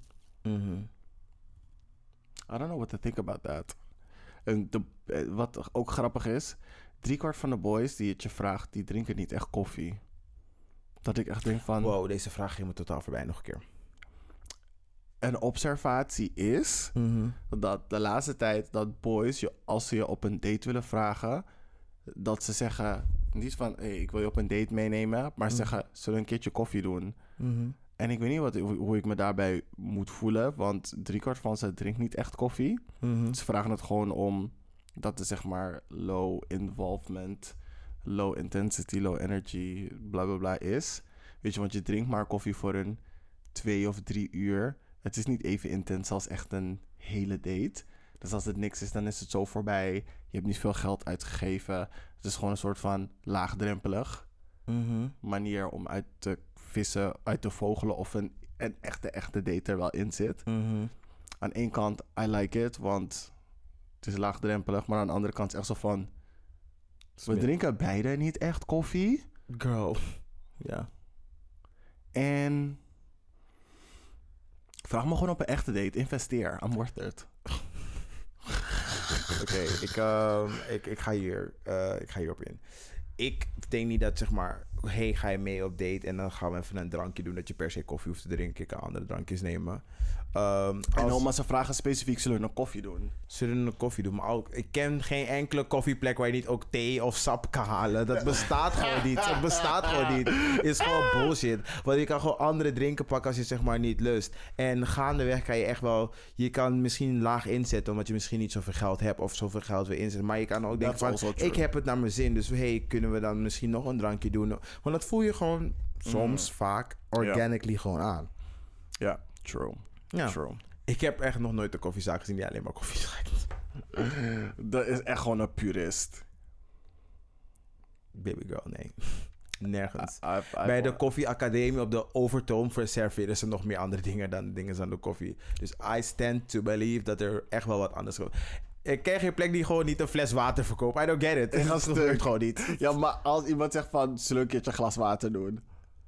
I don't know what to think about that. En wat ook grappig is, 3/4 van de boys die het je vraagt, die drinken niet echt koffie. Dat ik echt denk van... Wow, deze vraag ging me totaal voorbij nog een keer. Een observatie is dat de laatste tijd dat boys, als ze je op een date willen vragen, dat ze zeggen, niet van, hey, ik wil je op een date meenemen, maar zeggen, zullen we een keertje koffie doen? En ik weet niet hoe ik me daarbij moet voelen, want 3/4 van ze drinkt niet echt koffie. Ze vragen het gewoon om dat het, zeg maar, low involvement, low intensity, low energy, bla bla bla is. Weet je, want je drinkt maar koffie voor een 2 of 3 uur. Het is niet even intens als echt een hele date. Dus als het niks is, dan is het zo voorbij. Je hebt niet veel geld uitgegeven. Het is gewoon een soort van laagdrempelig manier om uit te vissen, uit te vogelen of een echte date er wel in zit. Aan één kant, I like it, want het is laagdrempelig. Maar aan de andere kant is echt zo van, we drinken beide niet echt koffie. Girl. Ja. En vraag me gewoon op een echte date. Investeer. I'm worth it. Oké, ik ga hierop in. Ik denk niet dat, zeg maar, hey, ga je mee op date en dan gaan we even een drankje doen, dat je per se koffie hoeft te drinken. Ik kan andere drankjes nemen. Maar ze vragen specifiek, zullen we een koffie doen? Zullen we een koffie doen? Maar ook, ik ken geen enkele koffieplek waar je niet ook thee of sap kan halen. Dat bestaat gewoon niet. Het bestaat gewoon niet. Het is gewoon bullshit. Want je kan gewoon andere drinken pakken als je, zeg maar, niet lust. En gaandeweg kan je echt wel... Je kan misschien laag inzetten, omdat je misschien niet zoveel geld hebt of zoveel geld wil inzetten. Maar je kan ook denken van, ik heb het naar mijn zin. Dus hey, kunnen we dan misschien nog een drankje doen? Want dat voel je gewoon soms, vaak, organically gewoon aan. Ja, true. Ja. True. Ik heb echt nog nooit een koffiezaak gezien die alleen maar koffie schijnt. Dat is echt gewoon een purist. Baby girl, nee. Nergens. I've Bij de koffieacademie op de Overtoom serveren ze nog meer andere dingen dan de koffie. Dus I stand to believe dat er echt wel wat anders is. Ik ken geen plek die gewoon niet een fles water verkoopt. I don't get it. Ik ga Dat stuk. gebeurt gewoon niet. Ja, maar als iemand zegt van, zullen we een keertje een glas water doen?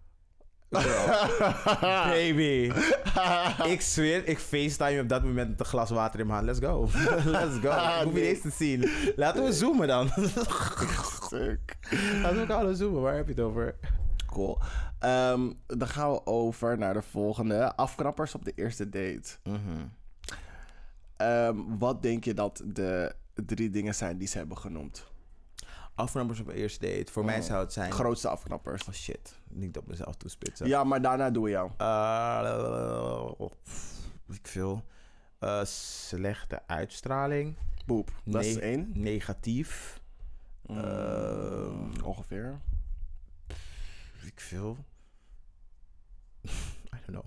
Baby. Ik zweer, ik facetime op dat moment met een glas water in mijn hand. Let's go. Let's go. Ik hoef niet eens te zien. Laten we zoomen dan. Stuk. Laten we elkaar zoomen. Waar heb je het over? Cool. Dan gaan we over naar de volgende. Afknappers op de eerste date. Wat denk je dat de 3 dingen zijn die ze hebben genoemd? Afknappers op een eerste date. Voor mij zou het zijn... Grootste afknappers. Oh shit. Niet op mezelf toespitsen. Ja, maar daarna doe je jou. Ik veel. Slechte uitstraling. Boep. Dat is 1. Negatief. Ongeveer. Ik veel. I don't know.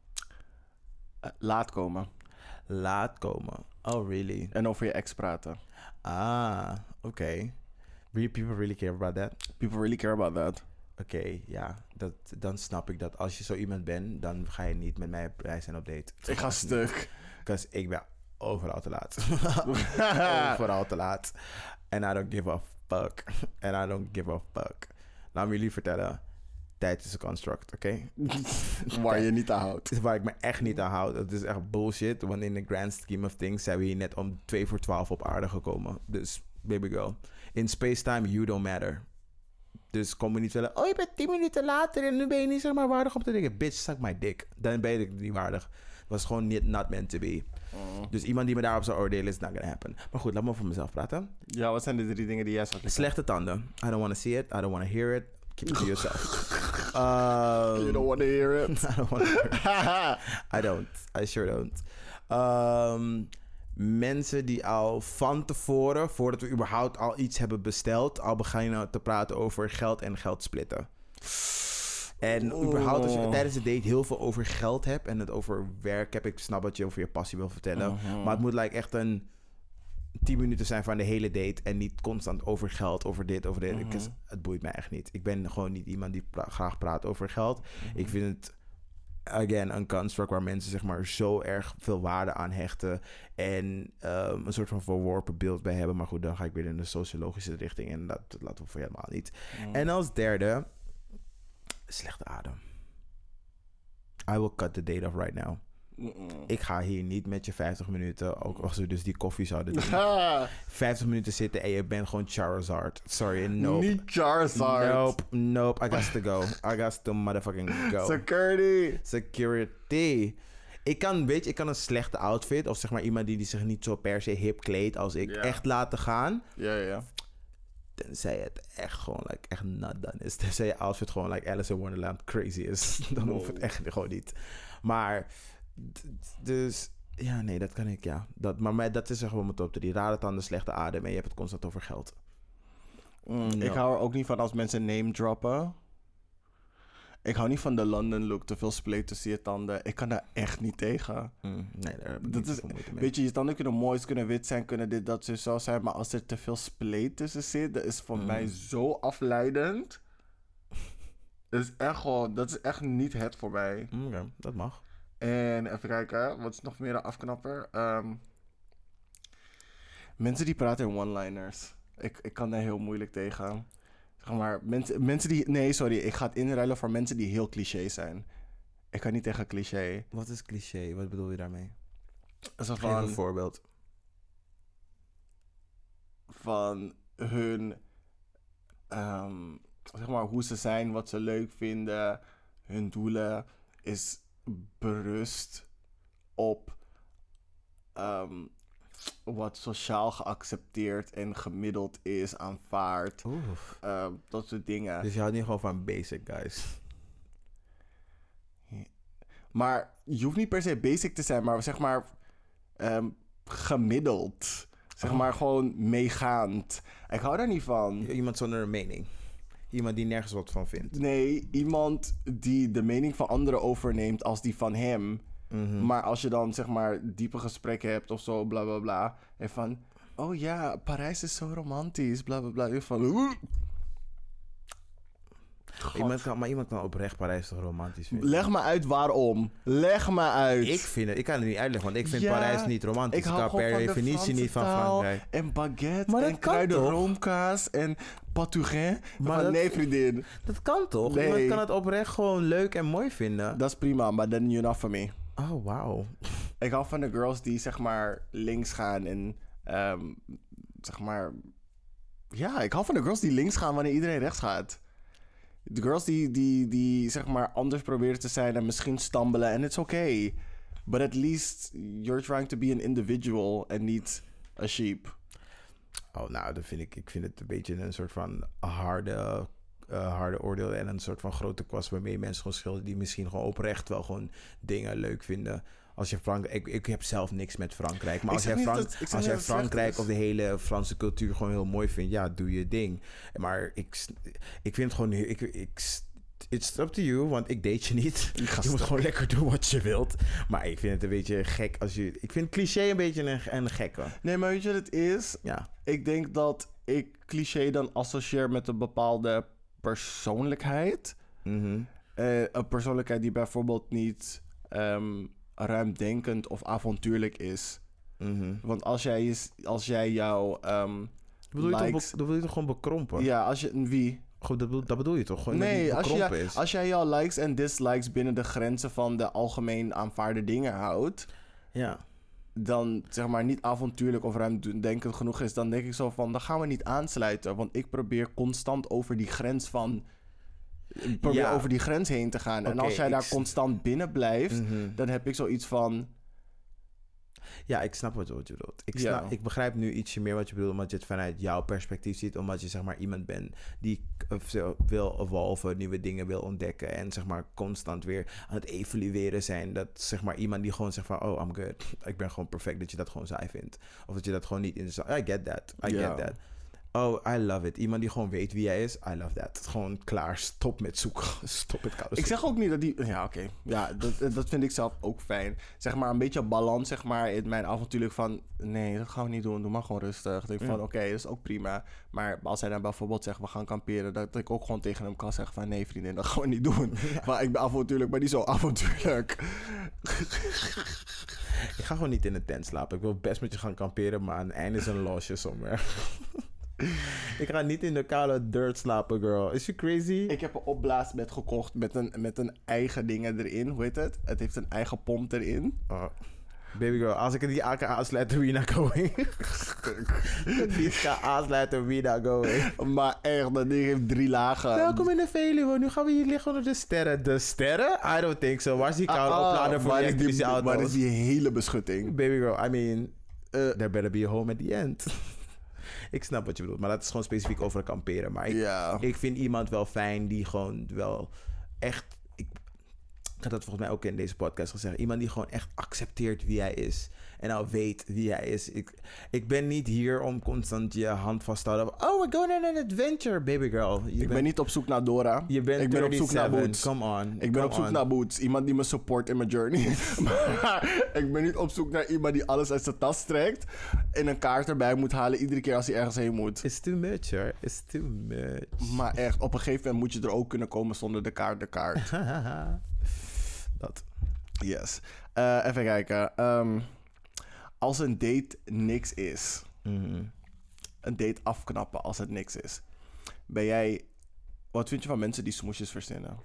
Laat komen. Laat komen. Oh, really? En over je ex praten. Ah, oké. People really care about that? People really care about that. Oké, ja. Dan snap ik dat als je zo iemand bent, dan ga je niet met mij op reis en op date. Ik ga stuk. Want ik ben overal te laat. Overal te laat. And I don't give a fuck. And I don't give a fuck. Laat me jullie vertellen. Tijd is een construct, oké? Waar je niet aan houdt. Waar ik me echt niet aan houd. Het is echt bullshit. Want in the grand scheme of things zijn we hier net om 2 voor 12 op aarde gekomen. Dus, baby girl. In space-time, you don't matter. Dus kom me niet vertellen. Oh, je bent 10 minuten later en nu ben je niet zeg maar waardig om te denken. Bitch, suck my dick. Dan ben ik niet waardig. Het was gewoon not meant to be. Dus iemand die me daarop zou oordelen is not gonna happen. Maar goed, laat me voor mezelf praten. Ja, wat zijn de 3 dingen die jij zou zeggen? Slechte tanden. I don't want to see it. I don't want to hear it. Keep it to yourself. You don't want to hear it. I don't want to hear it. I don't. I sure don't. Mensen die al van tevoren, voordat we überhaupt al iets hebben besteld, al beginnen te praten over geld en geld splitten. En überhaupt als je tijdens de date heel veel over geld hebt en het over werk hebt, ik snap dat je over je passie wil vertellen, maar het moet echt een 10 minuten zijn van de hele date en niet constant over geld, over dit, over dit. Het boeit mij echt niet. Ik ben gewoon niet iemand die graag praat over geld. Ik vind het, again, een construct waar mensen zeg maar zo erg veel waarde aan hechten en een soort van verworpen beeld bij hebben. Maar goed, dan ga ik weer in de sociologische richting en dat laten we voor helemaal niet. En als derde, slechte adem. I will cut the date off right now. Ik ga hier niet met je 50 minuten, ook als we dus die koffie zouden doen, 50 minuten zitten en je bent gewoon Charizard. Sorry, nope. Niet Charizard. Nope. I got to go. I got to motherfucking go. Security. Ik kan een slechte outfit, of zeg maar iemand die zich niet zo per se hip kleedt als ik, echt laten gaan. Ja. Tenzij het echt gewoon echt not done is. Tenzij je outfit gewoon Alice in Wonderland crazy is. Dan hoeft het echt gewoon niet. Maar dus ja, nee, dat kan ik, ja. Maar dat is gewoon mijn top 3. Rare tanden, slechte adem en je hebt het constant over geld. Ik hou er ook niet van als mensen name droppen. Ik hou niet van de London look, te veel spleet tussen je tanden. Ik kan daar echt niet tegen. Nee, daar heb ik dat niet is, zoveel moeite mee. weet je tanden kunnen mooi, ze kunnen wit zijn, kunnen dit, dat, zo zijn. Maar als er te veel spleet tussen zit, dat is voor mij zo afleidend. Dat is echt niet het voor mij. Oké, dat mag. En even kijken, wat is nog meer een afknapper? Mensen die praten in one-liners. Ik kan daar heel moeilijk tegen. Zeg maar, mensen die... Nee, sorry. Ik ga het inruilen voor mensen die heel cliché zijn. Ik kan niet tegen cliché. Wat is cliché? Wat bedoel je daarmee? Zo Geef een voorbeeld. Van hun... zeg maar, hoe ze zijn, wat ze leuk vinden. Hun doelen is berust op... wat sociaal geaccepteerd en gemiddeld is, aanvaard. Dat soort dingen. Dus je houdt niet gewoon van basic guys. Maar je hoeft niet per se basic te zijn, maar zeg maar gemiddeld. Zeg maar gewoon meegaand. Ik hou daar niet van. Iemand zonder een mening. Iemand die nergens wat van vindt. Nee, iemand die de mening van anderen overneemt als die van hem. Maar als je dan zeg maar diepe gesprekken hebt of zo, bla bla bla. En van, oh ja, Parijs is zo romantisch, bla bla bla. En van, Iemand kan oprecht Parijs toch romantisch vinden? Leg me uit waarom. Leg me uit. Ik kan het niet uitleggen, want ik vind Ja, Parijs niet romantisch. Ik Ik hou kan gewoon per van de definitie Franse niet van taal Frankrijk. en baguette Maar dat en kan kruidenroomkaas en patourin. Maar Maar dat- nee, vriendin. Dat kan toch? Nee. Iemand kan het oprecht gewoon leuk en mooi vinden. Dat is prima, maar then you're not for me. Oh, wauw. Ik hou van de girls die zeg maar links gaan en zeg maar... Ja, ik hou van de girls die links gaan wanneer iedereen rechts gaat. De girls die zeg maar anders proberen te zijn en misschien stambelen en it's okay. But at least you're trying to be an individual en niet a sheep. Oh, nou, dat vind ik vind het een beetje een soort van harde oordeel en een soort van grote kwast waarmee mensen gewoon schilderen die misschien gewoon oprecht wel gewoon dingen leuk vinden. Als je Frankrijk... Ik heb zelf niks met Frankrijk. Maar Ik als zeg jij, niet dat- ik zeg als niet jij dat het slecht Frankrijk is. of de hele Franse cultuur gewoon heel mooi vindt, ja, doe je ding. Maar ik vind het gewoon... It's up to you, want ik date je niet. Je moet gewoon lekker doen wat je wilt. Maar ik vind het een beetje gek als je... Ik vind cliché een beetje een gekke. Nee, maar weet je wat het is? Ja. Ik denk dat ik cliché dan associeer met een bepaalde persoonlijkheid. Mhm. Een persoonlijkheid die bijvoorbeeld niet ruimdenkend of avontuurlijk is. Mhm. Want als jij jouw likes... Dat bedoel je toch gewoon bekrompen? Ja, als je... Wie? Goed, dat bedoel je toch? Gewoon dat Nee, die bekrompen is. als jij jouw likes en dislikes binnen de grenzen van de algemeen aanvaarde dingen houdt, Ja. dan zeg maar niet avontuurlijk of ruimdenkend genoeg is, dan denk ik zo van, dan gaan we niet aansluiten. Want ik probeer constant over die grens over die grens heen te gaan. En Oké, als jij daar constant binnen blijft, dan heb ik zoiets van... Ja, ik snap wat je bedoelt. Ja. Ik begrijp nu ietsje meer wat je bedoelt, omdat je het vanuit jouw perspectief ziet. Omdat je zeg maar iemand bent die wil evolven, nieuwe dingen wil ontdekken. En zeg maar constant weer aan het evalueren zijn. Dat zeg maar iemand die gewoon zegt van, oh, I'm good. Ik ben gewoon perfect, dat je dat gewoon saai vindt. Of dat je dat gewoon niet interessant... I get that. I get that. Oh, I love it. Iemand die gewoon weet wie hij is. I love that. Gewoon klaar. Stop met zoeken. Stop met koude Ik zeg ook niet dat die... Ja, oké. Ja, dat vind ik zelf ook fijn. Zeg maar een beetje balans, zeg maar, in mijn avontuurlijk van... Nee, dat gaan we niet doen. Doe maar gewoon rustig. Ik denk van, oké, dat is ook prima. Maar als hij dan bijvoorbeeld zegt, we gaan kamperen... dat ik ook gewoon tegen hem kan zeggen van... Nee, vriendin, dat gaan we niet doen. Ja. Maar ik ben avontuurlijk, maar niet zo avontuurlijk. Ik ga gewoon niet in de tent slapen. Ik wil best met je gaan kamperen, maar aan het einde is een losje somewhere. Ik ga niet in de koude dirt slapen, girl. Is you crazy? Ik heb een opblaasbed gekocht met een eigen dingen erin. Hoe heet het? Het heeft een eigen pomp erin. Oh. Baby girl, als ik het niet aan kan aansluiten, we not going. Niet kan aansluiten, we not going. Maar echt, dat ding heeft 3 lagen. Welkom in de Veluwe. Nu gaan we hier liggen onder de sterren. De sterren? I don't think so. Waar is die koude oplader voor die elektrische auto's? Waar is die hele beschutting? Baby girl, I mean... there better be a home at the end. Ik snap wat je bedoelt, maar dat is gewoon specifiek over kamperen. Maar ik vind iemand wel fijn die gewoon wel echt... Ik had dat volgens mij ook in deze podcast gezegd. Iemand die gewoon echt accepteert wie hij is. En nou weet wie hij is. Ik ben niet hier om constant je hand vast te houden. Oh, we're going on an adventure, baby girl. Ik ben niet op zoek naar Dora. Je bent ik ben op zoek naar Boots. Come on. Ik ben op zoek naar Boots. Iemand die me support in mijn journey. Maar ik ben niet op zoek naar iemand die alles uit zijn tas trekt. En een kaart erbij moet halen iedere keer als hij ergens heen moet. It's too much, hoor. It's too much. Maar echt, op een gegeven moment moet je er ook kunnen komen zonder de kaart. Dat. Yes. Even kijken. Als een date niks is. Mm-hmm. Een date afknappen als het niks is. Wat vind je van mensen die smoesjes verzinnen?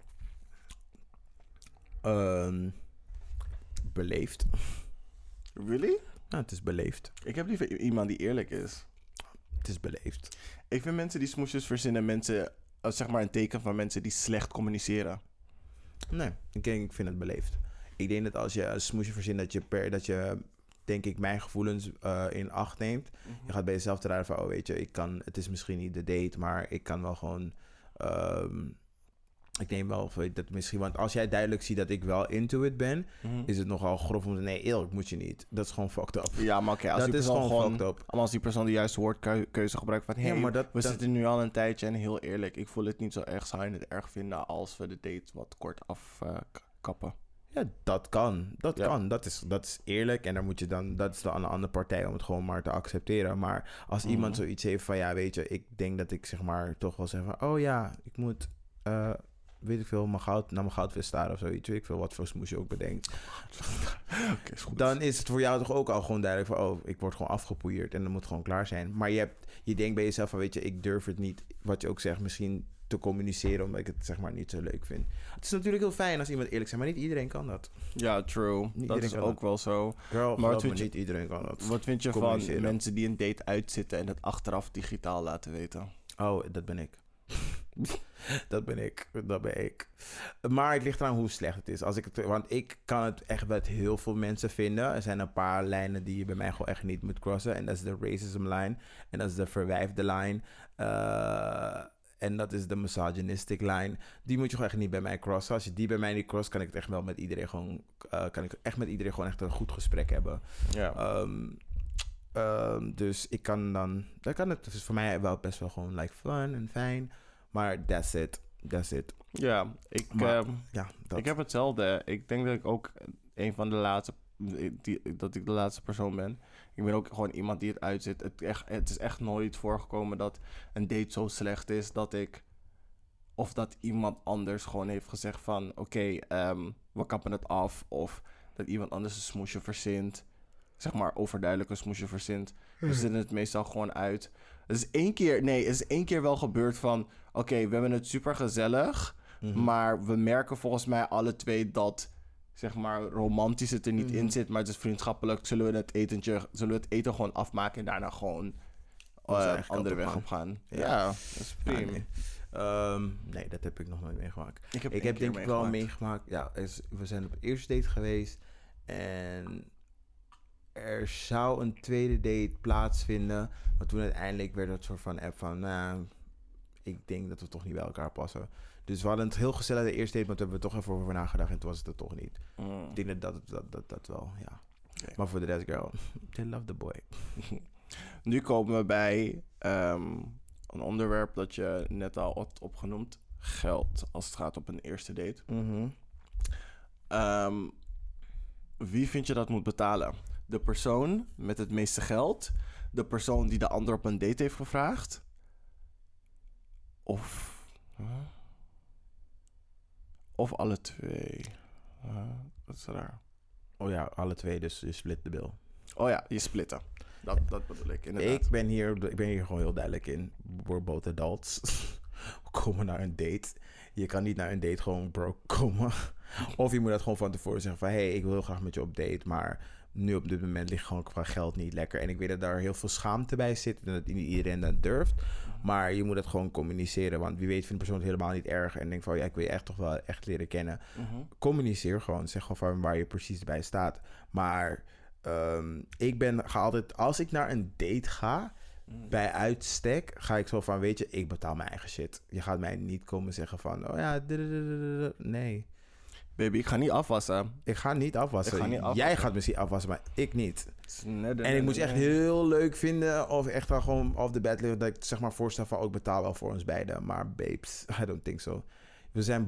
Beleefd. Really? Nou, het is beleefd. Ik heb liever iemand die eerlijk is. Het is beleefd. Ik vind mensen die smoesjes verzinnen, zeg maar een teken van mensen die slecht communiceren. Nee, ik vind het beleefd. Ik denk dat als je een smoesje verzint, dat je denk ik, mijn gevoelens in acht neemt. Mm-hmm. Je gaat bij jezelf te raden van, weet je, het is misschien niet de date, maar ik kan wel gewoon... ik neem wel dat misschien... Want als jij duidelijk ziet dat ik wel into it ben, is het nogal grof om te... Nee, eerlijk moet je niet. Dat is gewoon fucked up. Ja, maar oké, dat is gewoon fucked up. Als die persoon de juiste woordkeuze gebruikt van... we zitten nu al een tijdje en heel eerlijk, ik voel het niet zo erg. Zou je het erg vinden als we de date wat kort afkappen? Ja, dat kan. Dat is eerlijk. En dan moet je dat is dan aan de andere partij om het gewoon maar te accepteren. Maar als iemand zoiets heeft van, ja, weet je, ik denk dat ik zeg maar toch wel zeg van, oh ja, ik moet weet ik veel, naar mijn goudvis staren of zoiets. Weet ik veel wat voor smoes je ook bedenkt. Oké, is goed. Dan is het voor jou toch ook al gewoon duidelijk van... oh, ik word gewoon afgepoeierd en dat moet gewoon klaar zijn. Maar je denkt bij jezelf van, weet je, ik durf het niet, wat je ook zegt, misschien te communiceren... omdat ik het zeg maar niet zo leuk vind. Het is natuurlijk heel fijn als iemand eerlijk zegt, maar niet iedereen kan dat. Ja, true. Niet Dat is iedereen kan ook wel zo. Girl, Maar maar niet iedereen kan dat. Wat vind je van Communiceren. mensen die een date uitzitten en het achteraf digitaal laten weten? Oh, dat ben ik. Dat ben ik. Maar het ligt eraan hoe slecht het is. Want ik kan het echt met heel veel mensen vinden. Er zijn een paar lijnen die je bij mij gewoon echt niet moet crossen. En dat is de racism line. En dat is de verwijfde line. En dat is de misogynistic line. Die moet je gewoon echt niet bij mij crossen. Als je die bij mij niet cross, kan ik het echt wel met iedereen gewoon... kan ik echt met iedereen gewoon echt een goed gesprek hebben. Ja. Dus ik kan dan... Dan kan het dus voor mij wel best wel gewoon like fun en fijn. Maar that's it. Ja, ik heb hetzelfde. Ik denk dat ik ook een van de laatste... dat ik de laatste persoon ben. Ik ben ook gewoon iemand die het uitzit. Het is echt nooit voorgekomen dat een date zo slecht is dat ik... of dat iemand anders gewoon heeft gezegd van... oké, we kappen het af. Of dat iemand anders een smoesje verzint. Zeg maar overduidelijk een smoesje verzint. We zetten het meestal gewoon uit. Het is één keer wel gebeurd van... oké, we hebben het super gezellig... maar we merken volgens mij alle twee dat... zeg maar romantisch het er niet in zit... maar het is vriendschappelijk. Zullen we het eten gewoon afmaken... en daarna gewoon andere weg op gaan. Ja, dat is prima. Nee, dat heb ik nog nooit meegemaakt. Ik heb denk ik wel meegemaakt... Ja, we zijn op een eerste date geweest... en... er zou een tweede date plaatsvinden. Maar toen uiteindelijk werd het soort van app van... nou, ik denk dat we toch niet bij elkaar passen. Dus we hadden het heel gezellig de eerste date... maar toen hebben we toch even over nagedacht... en toen was het er toch niet. Ik denk dat wel, ja. Okay. Maar voor de rest, girl... they love the boy. Nu komen we bij... een onderwerp dat je net al had opgenoemd. Geld. Als het gaat op een eerste date. Wie vind je dat moet betalen? De persoon met het meeste geld? De persoon die de ander op een date heeft gevraagd? Of alle twee? Dat is raar. Oh ja, alle twee, dus je split de bill. Oh ja, je splitten. Dat bedoel ik, inderdaad. Ik ben hier gewoon heel duidelijk in. We're both adults. We komen naar een date. Je kan niet naar een date gewoon broke komen. Of je moet dat gewoon van tevoren zeggen van... hey, ik wil heel graag met je op date, maar... nu op dit moment ligt gewoon qua geld niet lekker. En ik weet dat daar heel veel schaamte bij zit... en dat niet iedereen dat durft. Maar je moet het gewoon communiceren. Want wie weet vindt de persoon het helemaal niet erg... en denkt van, ja, ik wil je echt toch wel echt leren kennen. Communiceer gewoon. Zeg gewoon van waar je precies bij staat. Maar ga altijd... als ik naar een date ga... bij uitstek ga ik zo van... weet je, ik betaal mijn eigen shit. Je gaat mij niet komen zeggen van... oh ja, nee... Baby, ik ga niet afwassen. Ik ga niet afwassen. Jij gaat misschien afwassen, maar ik niet. En ik moet je echt heel leuk vinden... of echt wel gewoon off the bat liggen... dat ik zeg maar voorstel van... ik betaal wel voor ons beiden. Maar babes, I don't think so. We zijn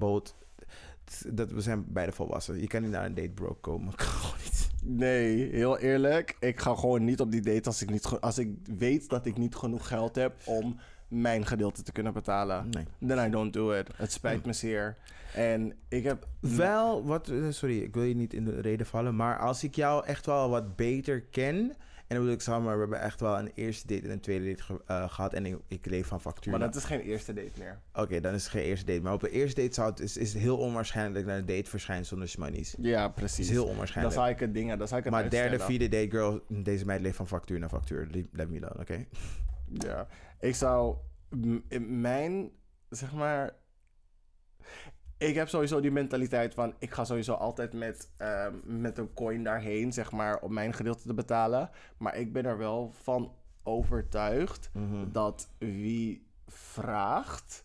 we zijn beide volwassen. Je kan niet naar een date broke komen. Gewoon niet. Nee, heel eerlijk. Ik ga gewoon niet op die date... als ik weet dat ik niet genoeg geld heb... om mijn gedeelte te kunnen betalen. Nee. Then I don't do it. Het spijt me zeer. En ik heb... Sorry, ik wil je niet in de reden vallen... maar als ik jou echt wel wat beter ken... en dan bedoel ik samen, we hebben echt wel een eerste date en een tweede date gehad... en ik leef van factuur. Maar dat is geen eerste date meer. Oké, dan is het geen eerste date. Maar op een eerste date is het heel onwaarschijnlijk... dat ik naar een date verschijn zonder smoney's. Ja, precies. Dat is heel onwaarschijnlijk. Dan zou ik het maar derde, vierde date, girl... deze meid leeft van factuur naar factuur. Let me alone, oké? Ja, ik zou... mijn, zeg maar... Ik heb sowieso die mentaliteit van... ik ga sowieso altijd met een coin daarheen... zeg maar, om mijn gedeelte te betalen. Maar ik ben er wel van overtuigd... dat wie vraagt...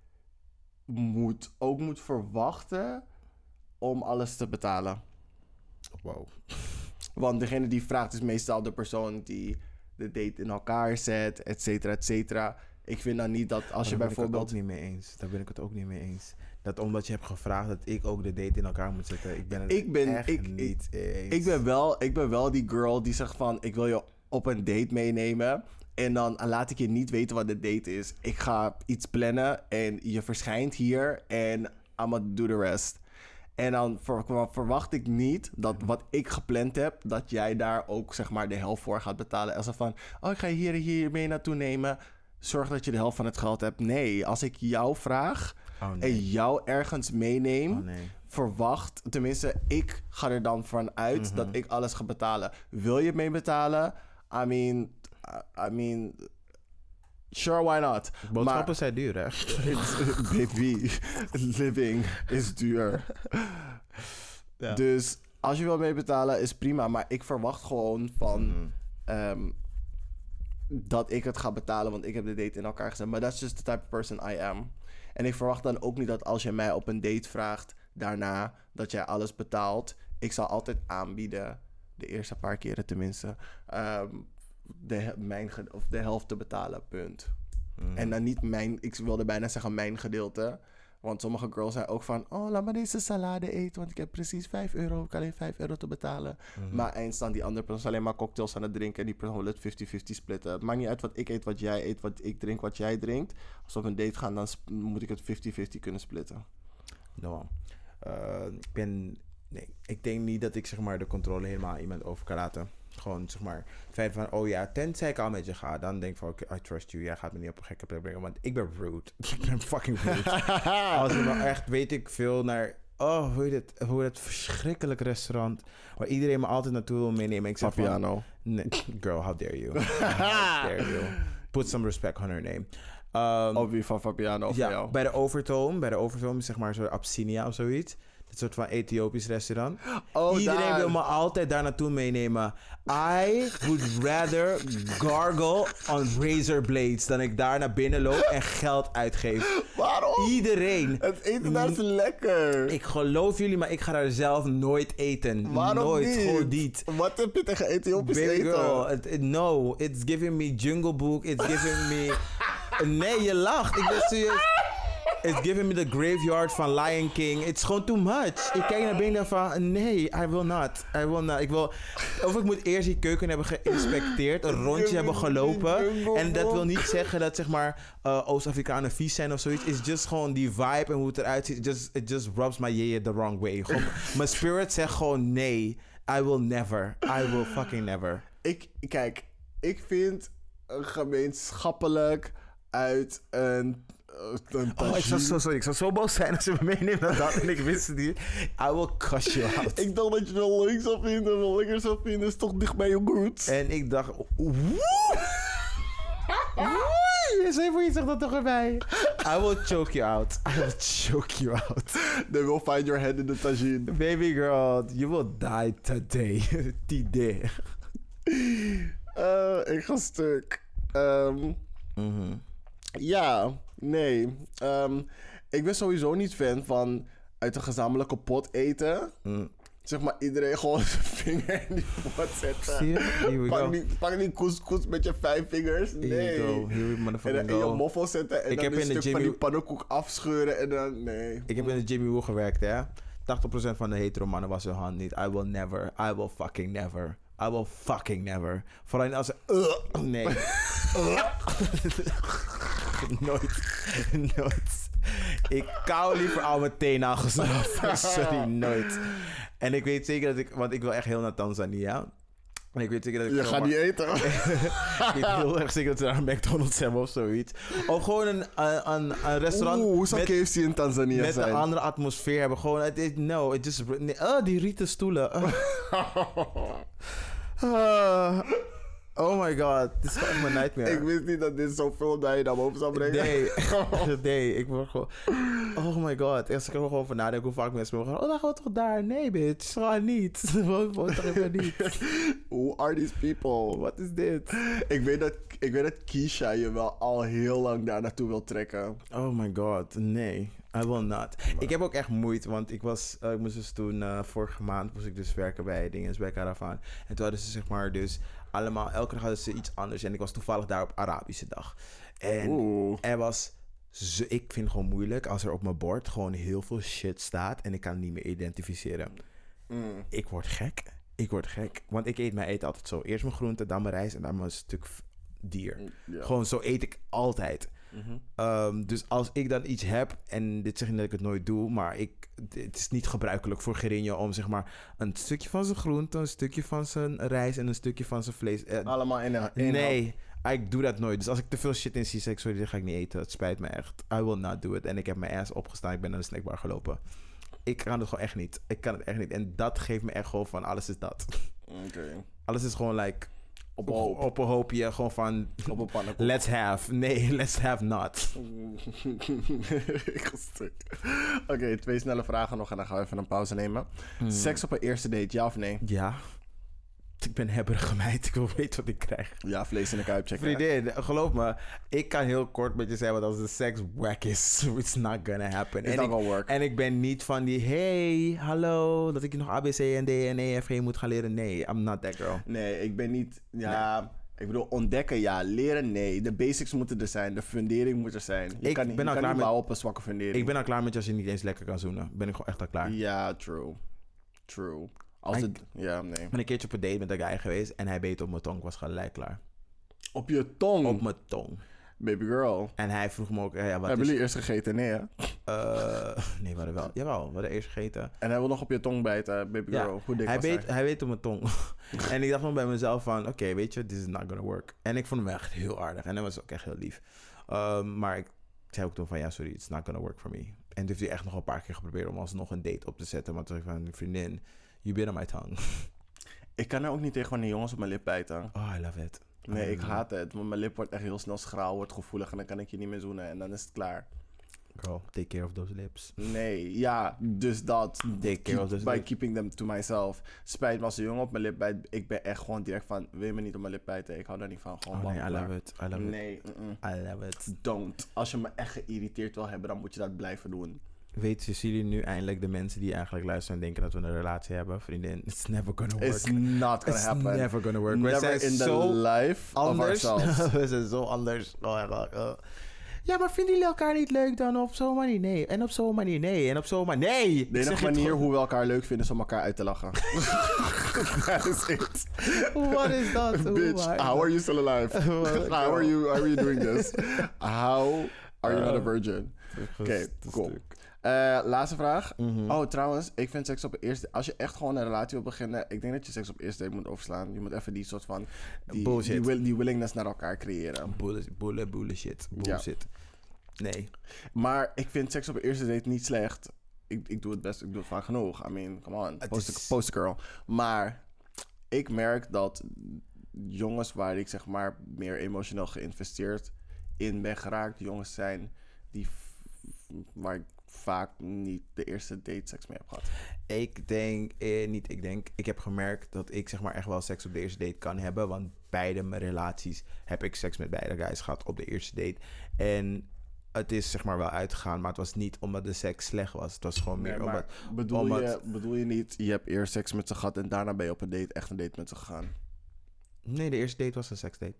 moet verwachten... om alles te betalen. Wow. Want degene die vraagt is meestal de persoon... die de date in elkaar zet, et cetera, et cetera. Ik vind dan niet dat als je bijvoorbeeld... Daar ben ik het ook niet mee eens. Dat omdat je hebt gevraagd dat ik ook de date in elkaar moet zetten. Ik ben het niet eens. Ik ben wel die girl die zegt van... ik wil je op een date meenemen. En dan laat ik je niet weten wat de date is. Ik ga iets plannen en je verschijnt hier en I'm gonna do the rest. En dan verwacht ik niet dat wat ik gepland heb, dat jij daar ook zeg maar de helft voor gaat betalen. Als van, oh, ik ga je hier mee naartoe nemen. Zorg dat je de helft van het geld hebt. Nee, als ik jou vraag en jou ergens meeneem, verwacht, tenminste, ik ga er dan van uit dat ik alles ga betalen. Wil je mee betalen? I mean, sure, why not? Boodschappen zijn duur, hè? Baby, living is duur. Ja. Dus als je wil meebetalen, is prima. Maar ik verwacht gewoon van dat ik het ga betalen, want ik heb de date in elkaar gezet. Maar that's just the type of person I am. En ik verwacht dan ook niet dat als je mij op een date vraagt, daarna dat jij alles betaalt. Ik zal altijd aanbieden, de eerste paar keren tenminste, de helft te betalen, punt. En dan niet ik wilde bijna zeggen mijn gedeelte. Want sommige girls zijn ook van, oh, laat maar deze salade eten, want ik heb precies €5. Ik heb alleen €5 te betalen. Maar eindstand die andere persoon is alleen maar cocktails aan het drinken en die persoon wil het 50-50 splitten. Het maakt niet uit wat ik eet, wat jij eet, wat ik drink, wat jij drinkt. Als we op een date gaan, dan moet ik het 50-50 kunnen splitten. No. Ik denk niet dat ik zeg maar de controle helemaal aan iemand over kan laten. Gewoon zeg maar het feit van, oh ja, tenzij ik al met je ga, dan denk ik van, okay, I trust you. Jij gaat me niet op een gekke plek brengen, want ik ben rude. Ik ben fucking rude. Als je nou echt, weet ik veel, naar, hoe het verschrikkelijk restaurant, waar iedereen me altijd naartoe wil meenemen. Ik zeg Papiano. Nee, girl, how dare you? How dare you? Put some respect on her name. Of wie van Fabiano of jou? Bij de Overtoom, zeg maar zo'n Abyssinia of zoiets. Een soort van Ethiopisch restaurant. Iedereen wil me altijd daar naartoe meenemen. I would rather gargle on razor blades dan ik daar naar binnen loop en geld uitgeef. Waarom? Iedereen. Het eten daar is lekker. Ik geloof jullie, maar ik ga daar zelf nooit eten. Waarom nooit, niet? gewoon niet. Wat heb je tegen Ethiopisch Baby eten? Girl, no, it's giving me Jungle Book. It's giving me... Nee, je lacht. Ik ben serieus. It's giving me the graveyard van Lion King. It's gewoon too much. Ik kijk naar binnen van, nee, I will not. Of ik moet eerst die keuken hebben geïnspecteerd, een rondje hebben gelopen. En dat wil niet zeggen dat, zeg maar, Oost-Afrikanen vies zijn of zoiets. It's just gewoon die vibe en hoe het eruit ziet. It just rubs my yeye the wrong way. Gewoon, mijn spirit zegt gewoon, nee, I will never. I will fucking never. Ik vind gemeenschappelijk uit een ik zou zo boos zijn als je me meeneemt naar dat en ik wist het niet. I will cuss you out. Ik dacht dat je het wel leuk zou vinden, wel lekker zou vinden. Is toch dicht bij je roots. En ik dacht, Zeg voor je zegt dat toch erbij. I will choke you out. I will choke you out. They will find your head in the tagine. Baby girl, you will die today. Today. Ik ga stuk. Ja, nee. Ik ben sowieso niet fan van uit een gezamenlijke pot eten. Zeg maar iedereen gewoon zijn vinger in die pot zetten. Pak die couscous met je 5 vingers. Nee. En dan in je moffel zetten en dan een stuk van die pannenkoek afscheuren en dan, nee. Ik heb in de Jimmy Woo gewerkt, hè. 80% van de hetero mannen was hun hand niet. I will never. I will fucking never. I will fucking never. Vooral als ze... nee. Nooit. Ik kauw liever al mijn teennagels af. Sorry, nooit. En ik weet zeker dat ik... Want ik wil echt heel naar Tanzania. En ik weet zeker dat ik... Je gaat niet eten. Ik weet heel erg zeker dat we daar een McDonald's hebben of zoiets. Of gewoon een restaurant... hoe zou KFC in Tanzania met zijn? Met een andere atmosfeer hebben. Gewoon... die rieten stoelen. Oh my god, dit is gewoon mijn nightmare. Ik wist niet dat dit zoveel naar je naar boven zou brengen. Nee, ik word gewoon... Oh my god, als ik er gewoon van nadenk hoe vaak mensen me gaan... Oh, dan gaan we toch daar? Nee, bitch, ga niet. Toch even niet. Who are these people? What is dit? Ik weet dat Keisha je wel al heel lang daar naartoe wil trekken. Oh my god, nee. I will not. Ik heb ook echt moeite, want ik moest dus toen... vorige maand moest ik dus werken bij dinges, bij Caravan. En toen hadden ze zeg maar dus... Allemaal, elke dag hadden ze iets anders. En ik was toevallig daar op Arabische dag. En er was... ik vind het gewoon moeilijk als er op mijn bord gewoon heel veel shit staat. En ik kan het niet meer identificeren. Ik word gek. Want ik eet mijn eten altijd zo. Eerst mijn groente, dan mijn rijst en dan mijn stuk dier. Ja. Gewoon zo eet ik altijd. Dus als ik dan iets heb, en dit zeg niet dat ik het nooit doe, maar het is niet gebruikelijk voor Gerinjo om zeg maar een stukje van zijn groente, een stukje van zijn rijst en een stukje van zijn vlees. Allemaal in een Nee, ik doe dat nooit. Dus als ik te veel shit in zie, zeg ik, sorry, dit ga ik niet eten. Het spijt me echt. I will not do it. En ik heb mijn ass opgestaan, ik ben naar de snackbar gelopen. Ik kan het gewoon echt niet. Ik kan het echt niet. En dat geeft me echt gewoon van alles is dat. Oké. Alles is gewoon like Op een hoop. op een hoopje, gewoon van Op een pannenkoek. let's have. Nee, let's have not. Ik ga stuk. Oké, 2 snelle vragen nog en dan gaan we even een pauze nemen. Seks op een eerste date, ja of nee? Ja. Ik ben hebberige meid. Ik wil weten wat ik krijg. Ja, vlees in de kuip checken. Vriendin, geloof me. Ik kan heel kort met je zeggen, want als de seks wack is, it's not gonna happen. It's not gonna work. En ik ben niet van die, hey, hallo, dat ik je nog A, B, C, en D, en E, F, G moet gaan leren. Nee, I'm not that girl. Nee, ik ben niet... Ja, ik bedoel, ontdekken ja, leren nee. De basics moeten er zijn, de fundering moet er zijn. Je kan niet bouwen op een zwakke fundering. Ik ben al klaar met je als je niet eens lekker kan zoenen. Ben ik gewoon echt al klaar. Ja, true. Als het... Ja, nee. Ik ben een keertje op een date met een guy geweest en hij beet op mijn tong. Ik was gelijk klaar. Op je tong? Op mijn tong. Baby girl. En hij vroeg me ook, ja, wat Hebben jullie eerst gegeten? Nee, hè? nee, we hadden wel. Jawel, we hadden eerst gegeten. En hij wil nog op je tong bijten, baby girl. Hoe dik was hij? Hij beet op mijn tong. En ik dacht nog bij mezelf van, oké, weet je, this is not gonna work. En ik vond hem echt heel aardig. En hij was ook echt heel lief. Maar ik zei ook toen van, ja, sorry, it's not gonna work for me. En toen heeft hij echt nog een paar keer geprobeerd om alsnog een date op te zetten. Maar toen zei ik van, vriendin, you bit on my tongue. Ik kan er ook niet tegen wanneer jongens op mijn lip bijten. Oh, I love it. Nee, ik haat het. Want mijn lip wordt echt heel snel schraal, wordt gevoelig en dan kan ik je niet meer zoenen en dan is het klaar. Girl, take care of those lips. Nee, ja, dus dat. Take care of those By lips. keeping them to myself. Spijt me als een jongen op mijn lip bijt. Ik ben echt gewoon direct van, wil je me niet op mijn lip bijten? Ik hou daar niet van. Gewoon Oh nee, bam, I klaar. love it. I love it. Nee, I love it. don't. Als je me echt geïrriteerd wil hebben, dan moet je dat blijven doen. Weet je, zien jullie nu eindelijk de mensen die eigenlijk luisteren en denken dat we een relatie hebben? Vriendin, it's never gonna work. It's not gonna It's happen. never gonna work. We Never zijn in the zo life anders. of ourselves. We zijn zo anders. Oh my god. Ja, maar vinden jullie elkaar niet leuk dan? Op zo'n manier nee. En op zo'n manier nee. En op zo'n manier nee. De enige manier hoe we elkaar leuk vinden is om elkaar uit te lachen. That is it. Wat is dat? Bitch, how are you still alive? How are you doing this? How are you not a virgin? Oké, cool. Laatste vraag. Oh, trouwens, ik vind seks op eerste... Als je echt gewoon een relatie wil beginnen... Ik denk dat je seks op eerste date moet overslaan. Je moet even die soort van... Die willingness naar elkaar creëren. Bullshit. Bullshit. Nee. Maar ik vind seks op eerste date niet slecht. Ik doe het best. Ik doe het vaak genoeg. I mean, come on. Post girl. Maar ik merk dat jongens waar ik zeg maar meer emotioneel geïnvesteerd in ben geraakt... jongens zijn die... waar ik vaak niet de eerste date seks mee heb gehad. Ik heb gemerkt dat ik zeg maar echt wel seks op de eerste date kan hebben. Want beide mijn relaties heb ik seks met beide guys gehad op de eerste date. En het is zeg maar wel uitgegaan, maar het was niet omdat de seks slecht was. Het was gewoon meer omdat... Bedoel je niet, je hebt eerst seks met ze gehad en daarna ben je op een date, echt een date met ze gegaan? Nee, de eerste date was een seksdate.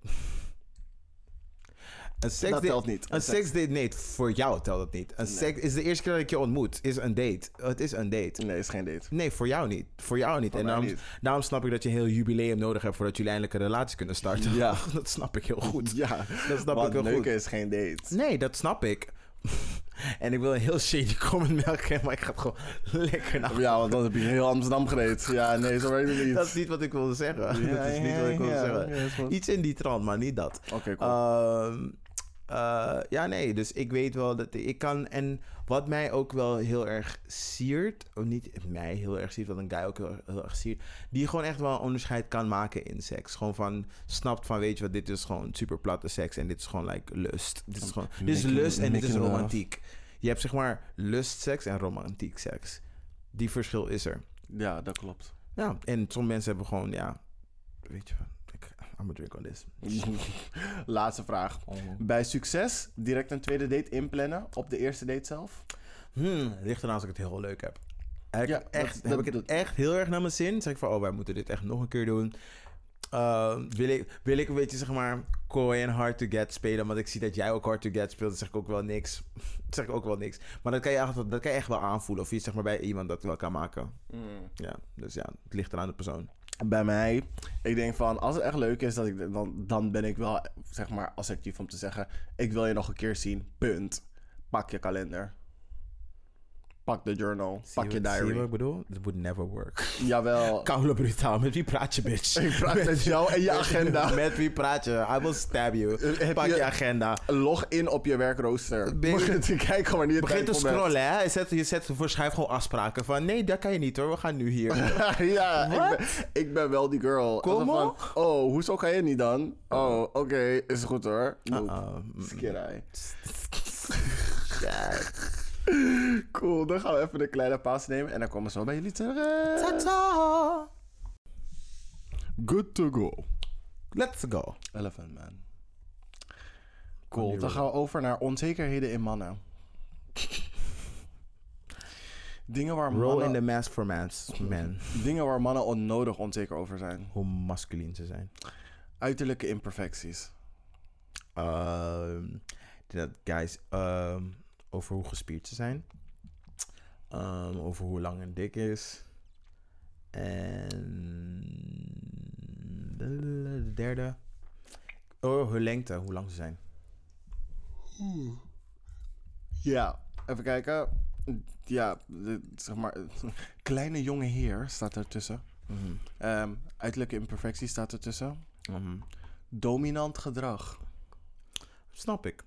Dat telt niet. Een seksdate, nee, voor jou telt het niet. Seks is de eerste keer dat ik je ontmoet. Is een date. Het is een date. Nee, is geen date. Nee, voor jou niet. Voor jou niet. En daarom snap ik dat je een heel jubileum nodig hebt voordat jullie eindelijk een relatie kunnen starten. Ja. Dat snap ik heel goed. Ja, dat snap ik heel goed. neuken is geen date. Nee, dat snap ik. En ik wil een heel shady comment melken, maar ik ga het gewoon lekker naar. Ja, want dan heb je heel Amsterdam gereden. Ja, nee, zo weet ik niet. Dat is niet wat ik wilde zeggen. Dat is niet wat ik wilde zeggen. Iets in die trant, maar niet dat. Oké, cool. Ja, nee, dus ik weet wel dat ik kan. En wat mij ook wel heel erg siert, of niet mij heel erg siert, wat een guy ook heel erg siert, die gewoon echt wel een onderscheid kan maken in seks. Gewoon van, snapt van, weet je wat, dit is gewoon super platte seks en dit is gewoon like lust. Dit is lust en dit is romantiek. Je hebt zeg maar lustseks en romantiek seks. Die verschil is er. Ja, dat klopt. Ja, en sommige mensen hebben gewoon, ja, weet je wat. I'm a drink on this. Laatste vraag. Bij succes direct een tweede date inplannen op de eerste date zelf? Ligt eraan als ik het heel leuk heb. Heb ik het echt heel erg naar mijn zin? Zeg ik van, wij moeten dit echt nog een keer doen. Wil ik een beetje, zeg maar, coy en hard to get spelen, want ik zie dat jij ook hard to get speelt, dan zeg ik ook wel niks. Maar dat kan je echt wel aanvoelen, of je zeg maar bij iemand dat wel kan maken. Ja, dus ja, het ligt eraan de persoon. Bij mij, ik denk van, als het echt leuk is, dan ben ik wel, zeg maar, assertief om te zeggen, ik wil je nog een keer zien, punt. Pak je kalender. Pak de journal. Pak je diary. Zie je wat ik bedoel? It would never work. Jawel. Koude brutaal. Met wie praat je, bitch? Ik praat met jou en je agenda. Met wie praat je? I will stab you. Pak je agenda. Log in op je werkrooster. Begin te kijken wanneer je begin te scrollen, hè? Je verschuift gewoon afspraken van... Nee, dat kan je niet, hoor. We gaan nu hier. Ja, ik ben wel die girl. Kom op. Oh, hoezo kan je niet dan? Oh, oké. Is goed, hoor. Skirij. Cool, dan gaan we even een kleine pauze nemen en dan komen we zo bij jullie terug. Tata! Good to go. Let's go. Elephant Man. Cool, dan gaan we over naar onzekerheden in mannen. Dingen waar mannen... Roll in the mask for men. Dingen waar mannen onnodig onzeker over zijn. Hoe masculien ze zijn. Uiterlijke imperfecties. Guys, over hoe gespierd ze zijn. Over hoe lang en dik is. En de derde. Oh, hun lengte, hoe lang ze zijn. Ja, even kijken. Ja, zeg maar, kleine jonge heer staat ertussen. Uiterlijke imperfectie staat ertussen. Dominant gedrag. Snap ik.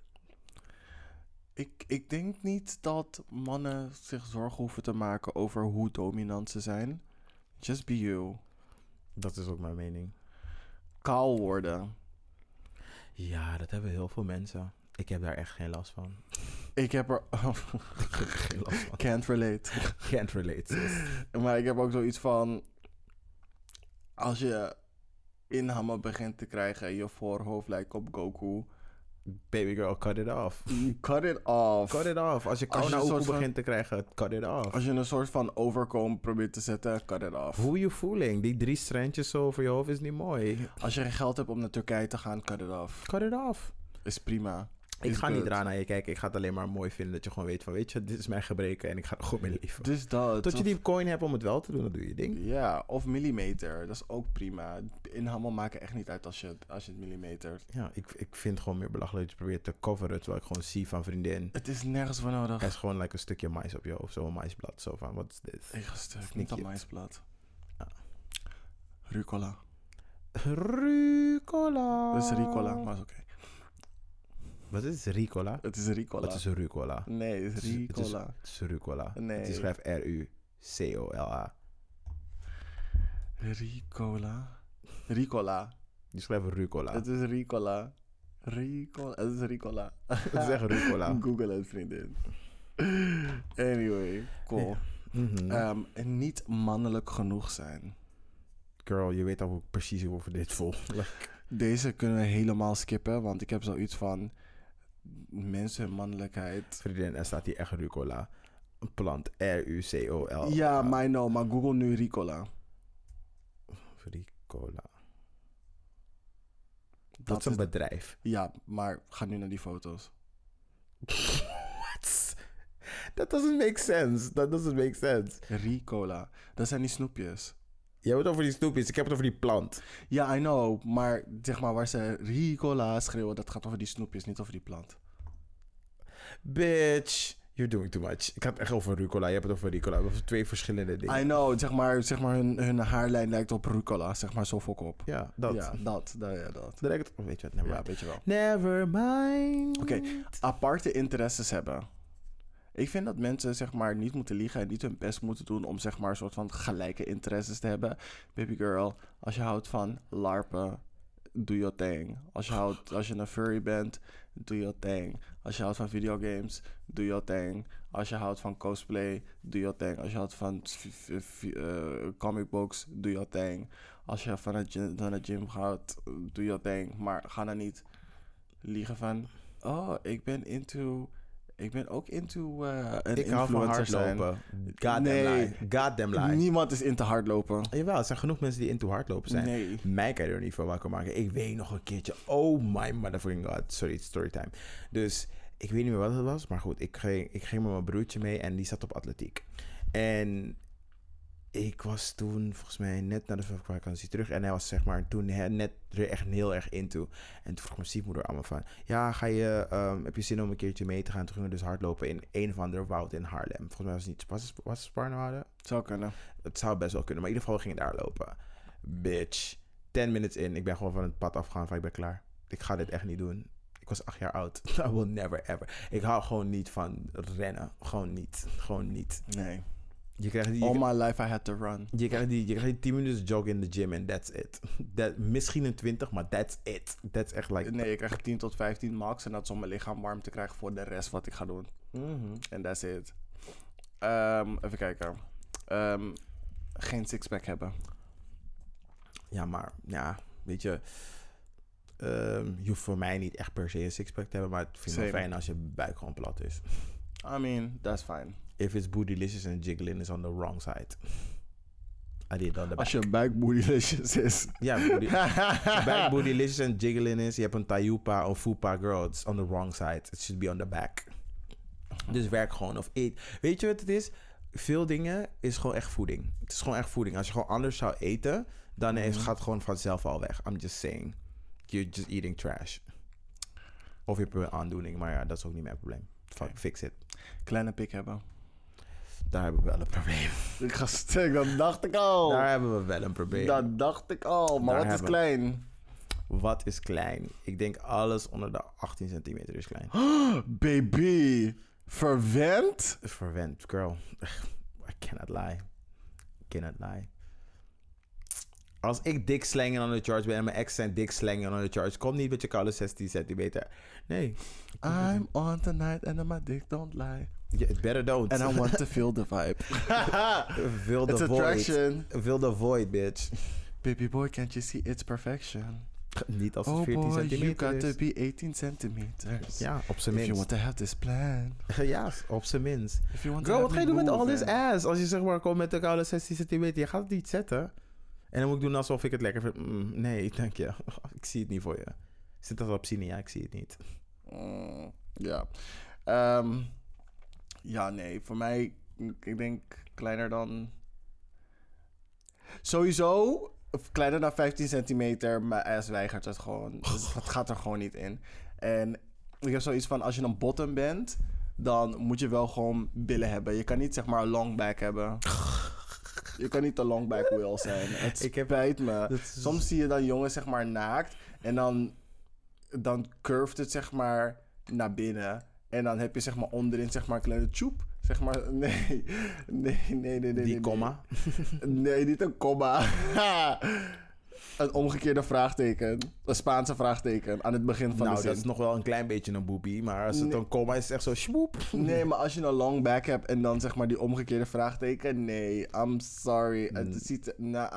Ik denk niet dat mannen zich zorgen hoeven te maken over hoe dominant ze zijn. Just be you. Dat is ook mijn mening. Kaal worden. Ja, dat hebben heel veel mensen. Ik heb daar echt geen last van. Ik heb er... Ik heb er geen last van. Can't relate. Can't relate, sis. Maar ik heb ook zoiets van... Als je inhammen begint te krijgen en je voorhoofd lijkt op Goku... Baby girl, cut it off. Cut it off. Cut it off. Als je kou naar Oekoe begint te krijgen, cut it off. Als je een soort van overkomen probeert te zetten, cut it off. Hoe you feeling? Die 3 strandjes zo over je hoofd is niet mooi. Als je geen geld hebt om naar Turkije te gaan, cut it off. Cut it off. Is prima. Ik ga niet raar naar je kijken. Ik ga het alleen maar mooi vinden dat je gewoon weet van... Weet je, dit is mijn gebreken en ik ga er gewoon mee leven. Dus dat. Tot je die coin hebt om het wel te doen, dan doe je ding. Ja, of millimeter. Dat is ook prima. Inhammen maken echt niet uit als je het millimetert. Ja, ik vind het gewoon meer belachelijk dat je probeert te coveren... terwijl ik gewoon zie van vriendin... Het is nergens voor nodig. Er is gewoon like een stukje mais op je hoofd. Zo'n maisblad. Zo van, wat is dit? Eigen stuk, niet dat maisblad. Ja. Rucola. Rucola. Dat is Ricola, maar is oké. Wat is Ricola? Het is Ricola. Wat is rucola? Nee, het is Ricola. Het is rucola. Nee. Het schrijft R-U-C-O-L-A. Ricola. Ricola. Die schrijft rucola. Het is Ricola. Ricola. Het is Ricola. Het is echt rucola. Google het, vriendin. Anyway, cool. En niet mannelijk genoeg zijn. Girl, je weet al precies over dit voel. Deze kunnen we helemaal skippen, want ik heb zoiets van... Mensen hun mannelijkheid. Vriendin, er staat hier echt rucola. Een plant. R-U-C-O-L. Ja, maar Google nu Ricola. Ricola. Dat is een bedrijf. Ja, maar ga nu naar die foto's. What? That doesn't make sense. That doesn't make sense. Ricola. Dat zijn die snoepjes. Je hebt het over die snoepjes. Ik heb het over die plant. Ja, I know. Maar zeg maar waar ze Ricola schreeuwen, dat gaat over die snoepjes, niet over die plant. Bitch. You're doing too much. Ik had het echt over rucola. Je hebt het over ricola. Dat zijn 2 verschillende dingen. I know. Zeg maar hun haarlijn lijkt op rucola. Zeg maar zo fok op. Ja, dat. Ja, dat. Direct, weet je wat? Never mind. Ja, weet je wel. Never mind. Oké, aparte interesses hebben. Ik vind dat mensen zeg maar niet moeten liegen en niet hun best moeten doen om zeg maar een soort van gelijke interesses te hebben. Baby girl, als je houdt van larpen, doe your thing. Als je een furry bent, doe your thing. Als je houdt van videogames, doe your thing. Als je houdt van cosplay, doe your thing. Als je houdt van comic books, doe your thing. Als je van een gym gaat, doe your thing. Maar ga dan niet liegen van, oh, ik ben ook into een ik hou van hardlopen. Goddamn lie. Niemand is into hardlopen. Jawel, er zijn genoeg mensen die into hardlopen zijn. Nee. Mij kan je er niet van wakker maken. Ik weet nog een keertje. Oh my motherfucking god. Sorry, storytime. Dus ik weet niet meer wat het was. Maar goed, ik ging met mijn broertje mee en die zat op atletiek. En Ik was toen volgens mij net na de vakantie terug. En hij was zeg maar toen net er echt heel erg into. En toen vroeg mijn stiefmoeder allemaal van... Ja, heb je zin om een keertje mee te gaan? Toen gingen we dus hardlopen in een of ander woud in Haarlem. Volgens mij was het niet... Was het Sparrenwoude? Zou kunnen. Het zou best wel kunnen. Maar in ieder geval gingen we daar lopen. Bitch. 10 minutes in. Ik ben gewoon van het pad afgegaan van ik ben klaar. Ik ga dit echt niet doen. Ik was 8 jaar oud. I will never ever. Ik hou gewoon niet van rennen. Gewoon niet. Gewoon niet. Nee. Je krijgt die, All my life I had to run. je krijgt die 10 minuten jog in de gym en that's it. Misschien een 20, maar that's it. That's echt like... Nee, ik krijg 10 tot 15 max. En dat is om mijn lichaam warm te krijgen voor de rest wat ik ga doen. En that's it. Even kijken. Geen sixpack hebben. Ja, maar ja, weet je... je hoeft voor mij niet echt per se een sixpack te hebben, maar ik vind het wel fijn als je buik gewoon plat is. I mean, that's fine. If it's bootylicious and jiggling is on the wrong side. I did on the back. Als je buik bootylicious is. Ja, back bootylicious and jiggling is. Je hebt een tayupa of fupa girl. It's on the wrong side. It should be on the back. Dus werk gewoon of eet. Weet je wat het is? Veel dingen is gewoon echt voeding. Het is gewoon echt voeding. Als je gewoon anders zou eten, dan gaat het gewoon vanzelf al weg. I'm just saying. You're just eating trash. Of je hebt een aandoening, maar ja, dat is ook niet mijn probleem. Fuck, fix it. Kleine pik hebben. Daar hebben we wel een probleem. Ik ga stuk, dat dacht ik al. Daar hebben we wel een probleem. Dat dacht ik al, maar wat is klein? Wat is klein? Ik denk alles onder de 18 centimeter is klein. Baby, verwend? Verwend, girl. I cannot lie. Cannot lie. Als ik dik slangen on the charge ben en mijn ex zijn dik slangen on the charge, kom niet met je koude 16 centimeter. Nee. I'm on tonight and my dick don't lie. Yeah, better don't. And I want to feel the vibe. Feel the it's void. attraction. Feel the void, bitch. Baby boy, can't you see it's perfection? Niet als het 14 centimeter you got is. to be 18 centimeters. Ja, op zijn If you minst. want to have this plan. Ja, op zijn minst. If you want Girl, to wat ga je doen met all this moving. ass? Als je zeg maar komt met de koude 16 centimeter, je gaat het niet zetten. En dan moet ik doen alsof ik het lekker vind. Nee, dank je. Ik zie het niet voor je. Zit dat op zien? Ja, ik zie het niet. Ja. Ja, nee. Voor mij, ik denk kleiner dan... Sowieso, kleiner dan 15 centimeter. Mijn ass weigert het gewoon. Dus dat gaat er gewoon niet in. En ik heb zoiets van, als je een bottom bent, dan moet je wel gewoon billen hebben. Je kan niet zeg maar een long back hebben. Je kan niet een long back wheel zijn. Het spijt me. Soms zie je dan jongens zeg maar naakt. En dan curved het zeg maar naar binnen. En dan heb je zeg maar onderin zeg maar een kleine tjoep. Zeg maar, nee. Die komma? Nee, niet een komma. Een omgekeerde vraagteken. Een Spaanse vraagteken aan het begin van de zin. Nou, dat is nog wel een klein beetje een boepie. Maar als het een komma is, is het echt zo swoep. Nee, maar als je een long back hebt en dan zeg maar die omgekeerde vraagteken. Nee, I'm sorry. Het ziet...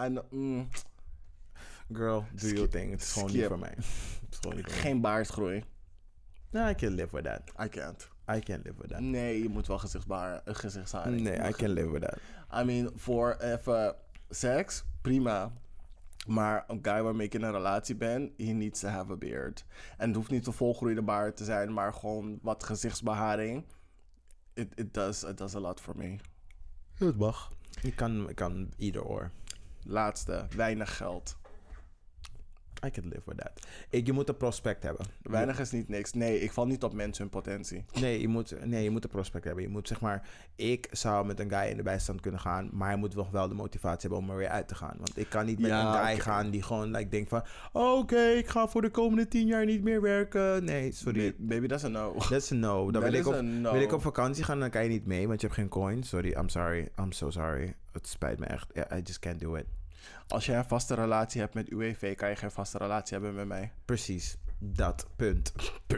Girl, do your thing. Het is gewoon niet voor mij. Het is gewoon niet voor mij. Geen baardgroei. No, I can live with that. I can't. I can live with that. Nee, je moet wel gezichtshaar. Nee, I can live with that. I mean, voor even seks, prima. Maar een guy waarmee ik in een relatie ben, he needs to have a beard. En het hoeft niet een volgroeide baard te zijn, maar gewoon wat gezichtsbeharing. It does a lot for me. Het mag. Ik kan either or. Laatste, weinig geld. I can live with that. Je moet een prospect hebben. Weinig is niet niks. Nee, ik val niet op mensen hun potentie. Nee, je moet een prospect hebben. Je moet zeg maar... Ik zou met een guy in de bijstand kunnen gaan, maar hij moet wel de motivatie hebben om er weer uit te gaan. Want ik kan niet met een guy gaan die gewoon denkt van... Oké, ik ga voor de komende 10 jaar niet meer werken. Nee, sorry. Baby, that's a no. That's a no. Dan wil ik op vakantie gaan, dan kan je niet mee, want je hebt geen coin. Sorry, I'm sorry. I'm so sorry. Het spijt me echt. I just can't do it. Als jij een vaste relatie hebt met UWV, kan je geen vaste relatie hebben met mij. Precies. Dat. Punt.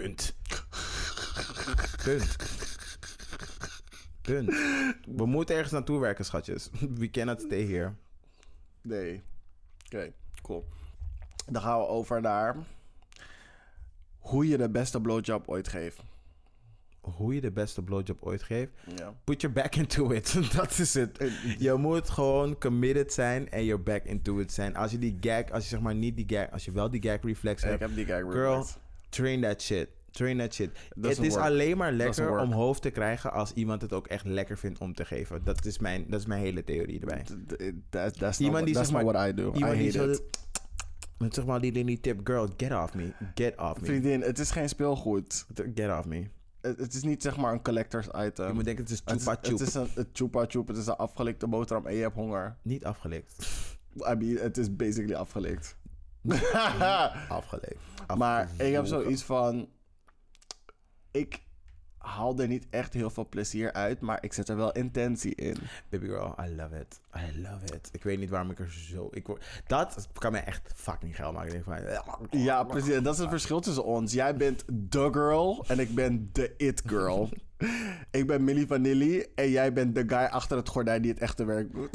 We moeten ergens naartoe werken, schatjes. We cannot stay here. Nee. Oké, cool. Dan gaan we over naar hoe je de beste blowjob ooit geeft. Hoe je de beste blowjob ooit geeft? Ja. Put your back into it. Dat is het. Je moet gewoon committed zijn en your back into it zijn. Als je zeg maar niet die gag, als je wel die gag reflex hebt. Ik heb die gag reflex. Girl, train that shit. Train that shit. Het Doesn't is work. alleen maar Doesn't lekker work. om hoofd te krijgen als iemand het ook echt lekker vindt om te geven. Dat is mijn hele theorie erbij. That's Iemand die not zeg maar- what I do. I Iemand die hate zo... it. Met zeg maar die tip, girl, get off me. Get off me. Vriendin, het is geen speelgoed. Get off me. Het is niet zeg maar een collector's item. Je moet denken, het is Het chupa is, chup. het is een chupa chup, het is een afgelikte boterham en je hebt honger. Niet afgelekt. I mean, het is basically afgelikt. Afgelekt. Maar ik heb zoiets van... Ik haal er niet echt heel veel plezier uit, maar ik zet er wel intentie in. Baby girl, I love it. I love it. Ik weet niet waarom ik er zo... Dat kan mij echt fucking geil maken. Ik denk van... Ja, precies. En dat is het verschil tussen ons. Jij bent the girl en ik ben the it girl. Ik ben Milli Vanilli en jij bent de guy achter het gordijn die het echte werk doet.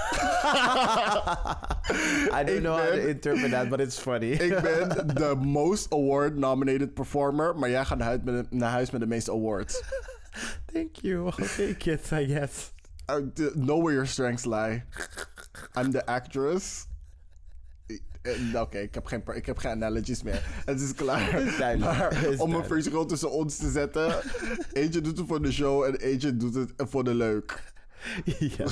I don't know how to interpret that, but it's funny. Ik ben de most award nominated performer, maar jij gaat naar huis met de meeste awards. Thank you. Okay, kids, I guess. Know where your strengths lie. I'm the actress. Oké, ik heb geen analogies meer. Het is klaar. Maar om een verschil tussen ons te zetten... Eentje doet het voor de show en eentje doet het voor de leuk. Ja.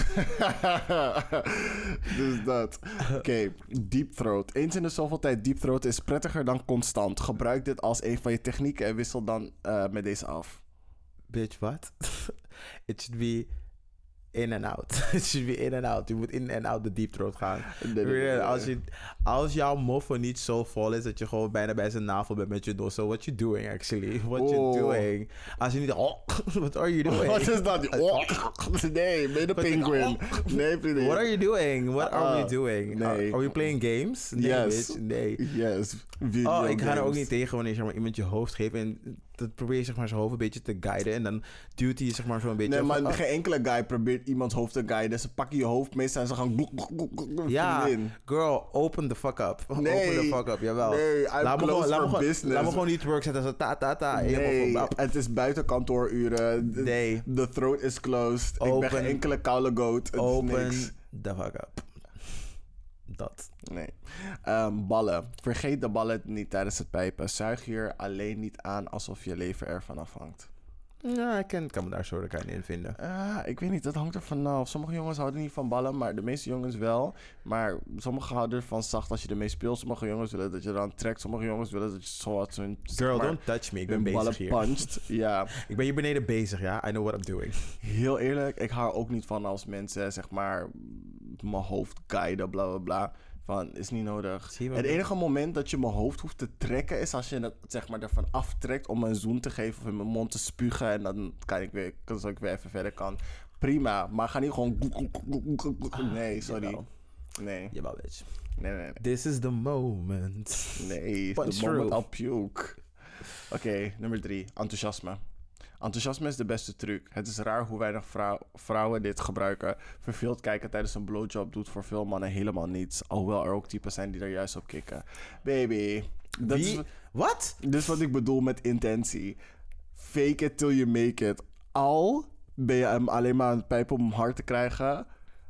Dus dat. Oké, deep throat. Eens in de zoveel tijd deep throat is prettiger dan constant. Gebruik dit als een van je technieken en wissel dan met deze af. Bitch, what? It should be in and out. It should be in and out. Je moet in en out de deep throat gaan. Nee. Als jouw moffen niet zo vol is dat je gewoon bijna bij zijn navel bent met je dosso. What you doing actually? What you doing? Als je niet... what are you doing? Wat is dat? Nee, ben je penguin? Nee, vriendin. What are you doing? What are we doing? Nee. Are we playing games? Nee, Yes. bitch. Nee. Yes. Ik ga er ook niet tegen wanneer zeg maar, iemand je hoofd geeft en dat probeer je zeg maar, zijn hoofd een beetje te guiden en dan duwt hij zeg maar zo'n beetje... Nee, maar geen enkele guy probeert iemands hoofd te guiden. Ze pakken je hoofd meestal en ze gaan... Ja, vriendin. girl, open the fuck up. Nee. Open the fuck up, jawel. Nee, I'm closed for business. Laat me gewoon niet work zetten als ta. Nee, het is buiten kantooruren. Nee. The throat is closed. Ik ben geen enkele koude goat. Het is Open niks. the fuck up. Dat. Nee. Ballen. Vergeet de ballen niet tijdens het pijpen. Zuig hier alleen niet aan alsof je leven ervan afhangt. Ja, ik kan me daar zo in vinden. Ik weet niet, dat hangt er vanaf. Sommige jongens houden niet van ballen, maar de meeste jongens wel. Maar sommige houden ervan zacht als je ermee speelt. Sommige jongens willen dat je eraan trekt. Sommige jongens willen dat je zo wat hun... Girl, don't touch me. Ik ben bezig ballen hier. punched. Ja. Ik ben hier beneden bezig, ja. I know what I'm doing. Heel eerlijk, ik hou ook niet van als mensen, zeg maar, mijn hoofd guiden, bla bla bla. Van, is niet nodig. Het enige moment dat je mijn hoofd hoeft te trekken is als je het, zeg maar, ervan aftrekt om me een zoen te geven of in mijn mond te spugen. En dan kan ik weer, zodat ik weer even verder kan. Prima, maar ga niet gewoon... Nee, sorry. Jawel. Nee. Jawel, bitch. Nee. This is the moment. Nee, Punch the moment through. I'll puke. Oké, nummer 3. Enthousiasme. Enthousiasme is de beste truc. Het is raar hoe weinig vrouwen dit gebruiken. Verveeld kijken tijdens een blowjob doet voor veel mannen helemaal niets. Alhoewel er ook types zijn die er juist op kicken. Baby. Dat is, Wat? dit is wat ik bedoel met intentie. Fake it till you make it. Al ben je hem alleen maar aan het pijpen om hem hard te krijgen.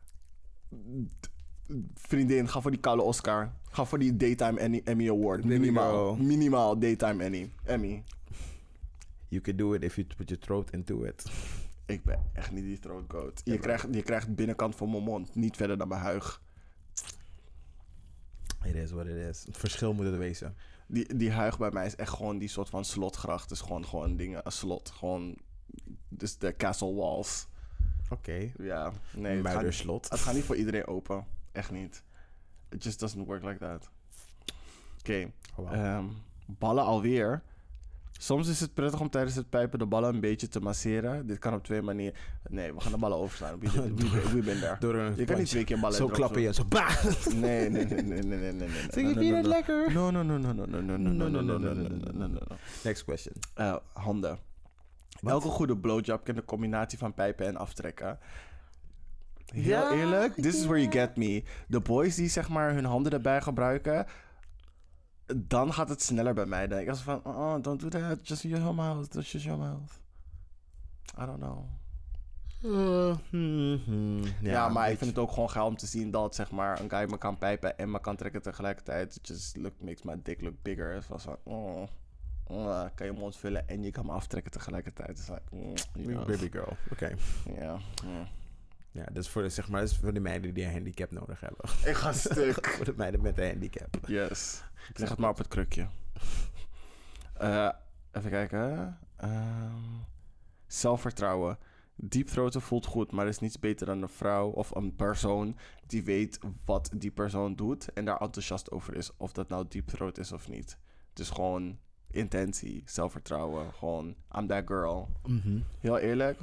Vriendin, ga voor die koude Oscar. Ga voor die Daytime Emmy Award. Minimaal Daytime Emmy. You can do it if you put your throat into it. Ik ben echt niet die throat goat. Je krijgt binnenkant van mijn mond, niet verder dan mijn huig. It is what it is. Het verschil moet het wezen. Die huig bij mij is echt gewoon die soort van slotgracht. Het is gewoon dingen, een slot. Gewoon, dus de castle walls. Oké. Ja, nee. Muiderslot. Het gaat niet voor iedereen open. Echt niet. It just doesn't work like that. Oké. Wow. Ballen alweer. Soms is het prettig om tijdens het pijpen de ballen een beetje te masseren. Dit kan op 2 manieren. Nee, we gaan de ballen overslaan. We been there. Je kan niet 2 keer ballen zo klappen je. Zo bah! Nee. Vind je het lekker? No. Next question. Handen. Elke goede blowjob kent de combinatie van pijpen en aftrekken. Heel eerlijk, this is where you get me. De boys die zeg maar hun handen erbij gebruiken, dan gaat het sneller bij mij. Dan denk ik van, don't do that. Just use your mouth. Just use your mouth. I don't know. Ja, maar ik vind het ook gewoon geil om te zien dat zeg maar een guy me kan pijpen en me kan trekken tegelijkertijd. It just makes my dick look bigger. Het was van, kan je mond vullen en je kan me aftrekken tegelijkertijd. Dus Baby girl. Oké. Ja. Ja, dat is voor, zeg maar, dat is voor de meiden die een handicap nodig hebben. Ik ga stuk. Voor de meiden met een handicap. Yes. Leg het maar op het krukje. Even kijken. Zelfvertrouwen. Deepthroaten voelt goed, maar er is niets beter dan een vrouw of een persoon die weet wat die persoon doet en daar enthousiast over is. Of dat nou deepthroat is of niet. Dus gewoon intentie, zelfvertrouwen. Gewoon, I'm that girl. Heel eerlijk.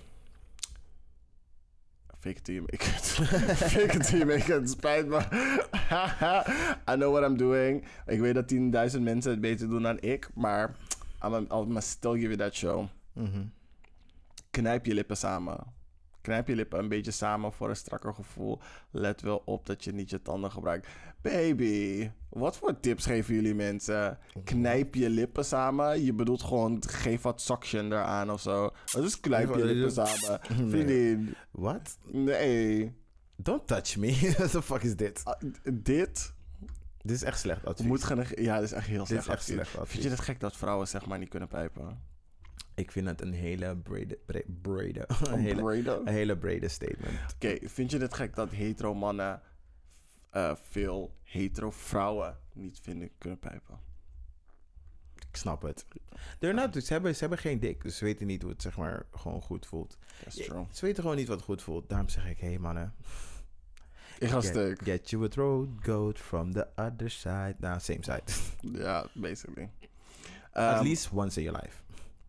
Fake it till you make it. Fake it till you make it. Spijt me. I know what I'm doing. Ik weet dat 10.000 mensen het beter doen dan ik. Maar I'll still give you that show. Knijp je lippen samen. Knijp je lippen een beetje samen voor een strakker gevoel. Let wel op dat je niet je tanden gebruikt. Baby, wat voor tips geven jullie mensen? Knijp je lippen samen. Je bedoelt gewoon, geef wat suction eraan of zo. Wat is knijp je lippen samen? Vriendin. Wat? Nee. Don't touch me. What the fuck is dit? Dit Dit is echt slecht advies. ja, dit is echt heel slecht. Dit is echt slecht advies. Vind je het gek dat vrouwen zeg maar niet kunnen pijpen? Ik vind het een hele brede Een hele brede statement. Oké, vind je het gek dat hetero mannen veel hetero vrouwen niet kunnen pijpen? Ik snap het. Ze hebben geen dik, dus ze weten niet hoe het zeg maar gewoon goed voelt. That's true. Ze weten gewoon niet wat goed voelt. Daarom zeg ik, hey mannen. Ik ga stuk. Get you a throat goat from the other side. Nou, same side. Ja, basically. At least once in your life.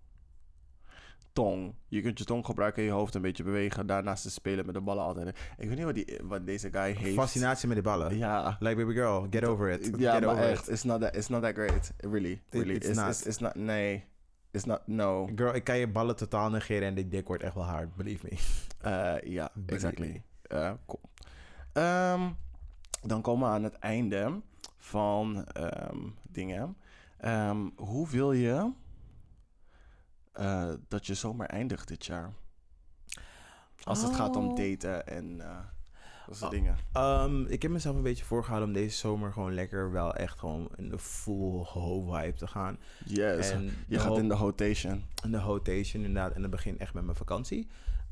Tong. Je kunt je tong gebruiken en je hoofd een beetje bewegen. Daarnaast te spelen met de ballen altijd. Ik weet niet wat deze guy heeft. Fascinatie met de ballen. Ja. Like baby girl, get over it. Ja, get maar over echt. It's not that great. Really. It's not. Nee. It's not. No. Girl, ik kan je ballen totaal negeren en die dik wordt echt wel hard. Believe me. Ja, exactly. Cool. Dan komen we aan het einde van dingen. Hoe wil je dat je zomer eindigt dit jaar? Als het gaat om daten en dat soort dingen. Ik heb mezelf een beetje voorgehouden om deze zomer gewoon lekker wel echt gewoon in de full ho-vibe te gaan. Yes, en je gaat in de hotation. In de hotation inderdaad. En dan begin echt met mijn vakantie.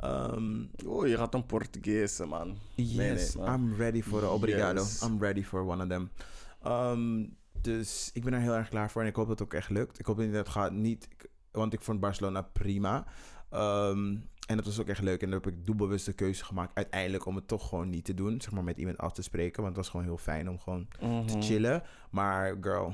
Je gaat een Portugees, man. Yes, nee, man. I'm ready for the obrigado. Yes. I'm ready for one of them. Dus ik ben er heel erg klaar voor en ik hoop dat het ook echt lukt. Ik hoop dat het gaat niet... Want ik vond Barcelona prima. En dat was ook echt leuk. En dan heb ik doelbewust de keuze gemaakt uiteindelijk om het toch gewoon niet te doen. Zeg maar met iemand af te spreken. Want het was gewoon heel fijn om gewoon te chillen. Maar girl,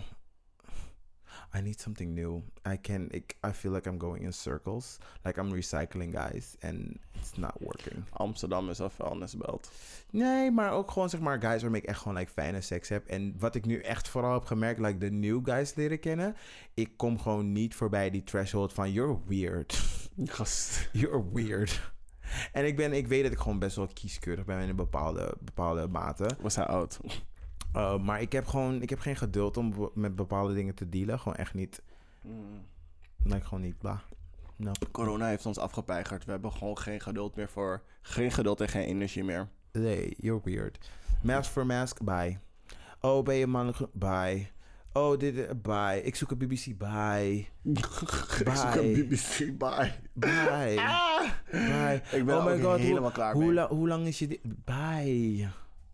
I need something new. I feel like I'm going in circles. Like I'm recycling guys. And it's not working. Amsterdam is een vuilnisbelt. Nee, maar ook gewoon zeg maar guys waarmee ik echt gewoon like fijne seks heb. En wat ik nu echt vooral heb gemerkt, like de new guys leren kennen. Ik kom gewoon niet voorbij die threshold van you're weird. Gast. You're weird. En ik weet dat ik gewoon best wel kieskeurig ben in een bepaalde mate. Was hij oud? Maar ik heb geen geduld om met bepaalde dingen te dealen. Gewoon echt niet. Like gewoon niet, bla. No. Corona heeft ons afgepeigerd. We hebben gewoon geen geduld meer voor... Geen geduld en geen energie meer. Nee, you're weird. Mask for mask, bye. Oh, ben je mannelijk? Bye. Oh, bye. Ik zoek een BBC, bye. Ik zoek een BBC, bye. Bye. Bye. Ik ben helemaal klaar mee. Hoe lang is je... Bye.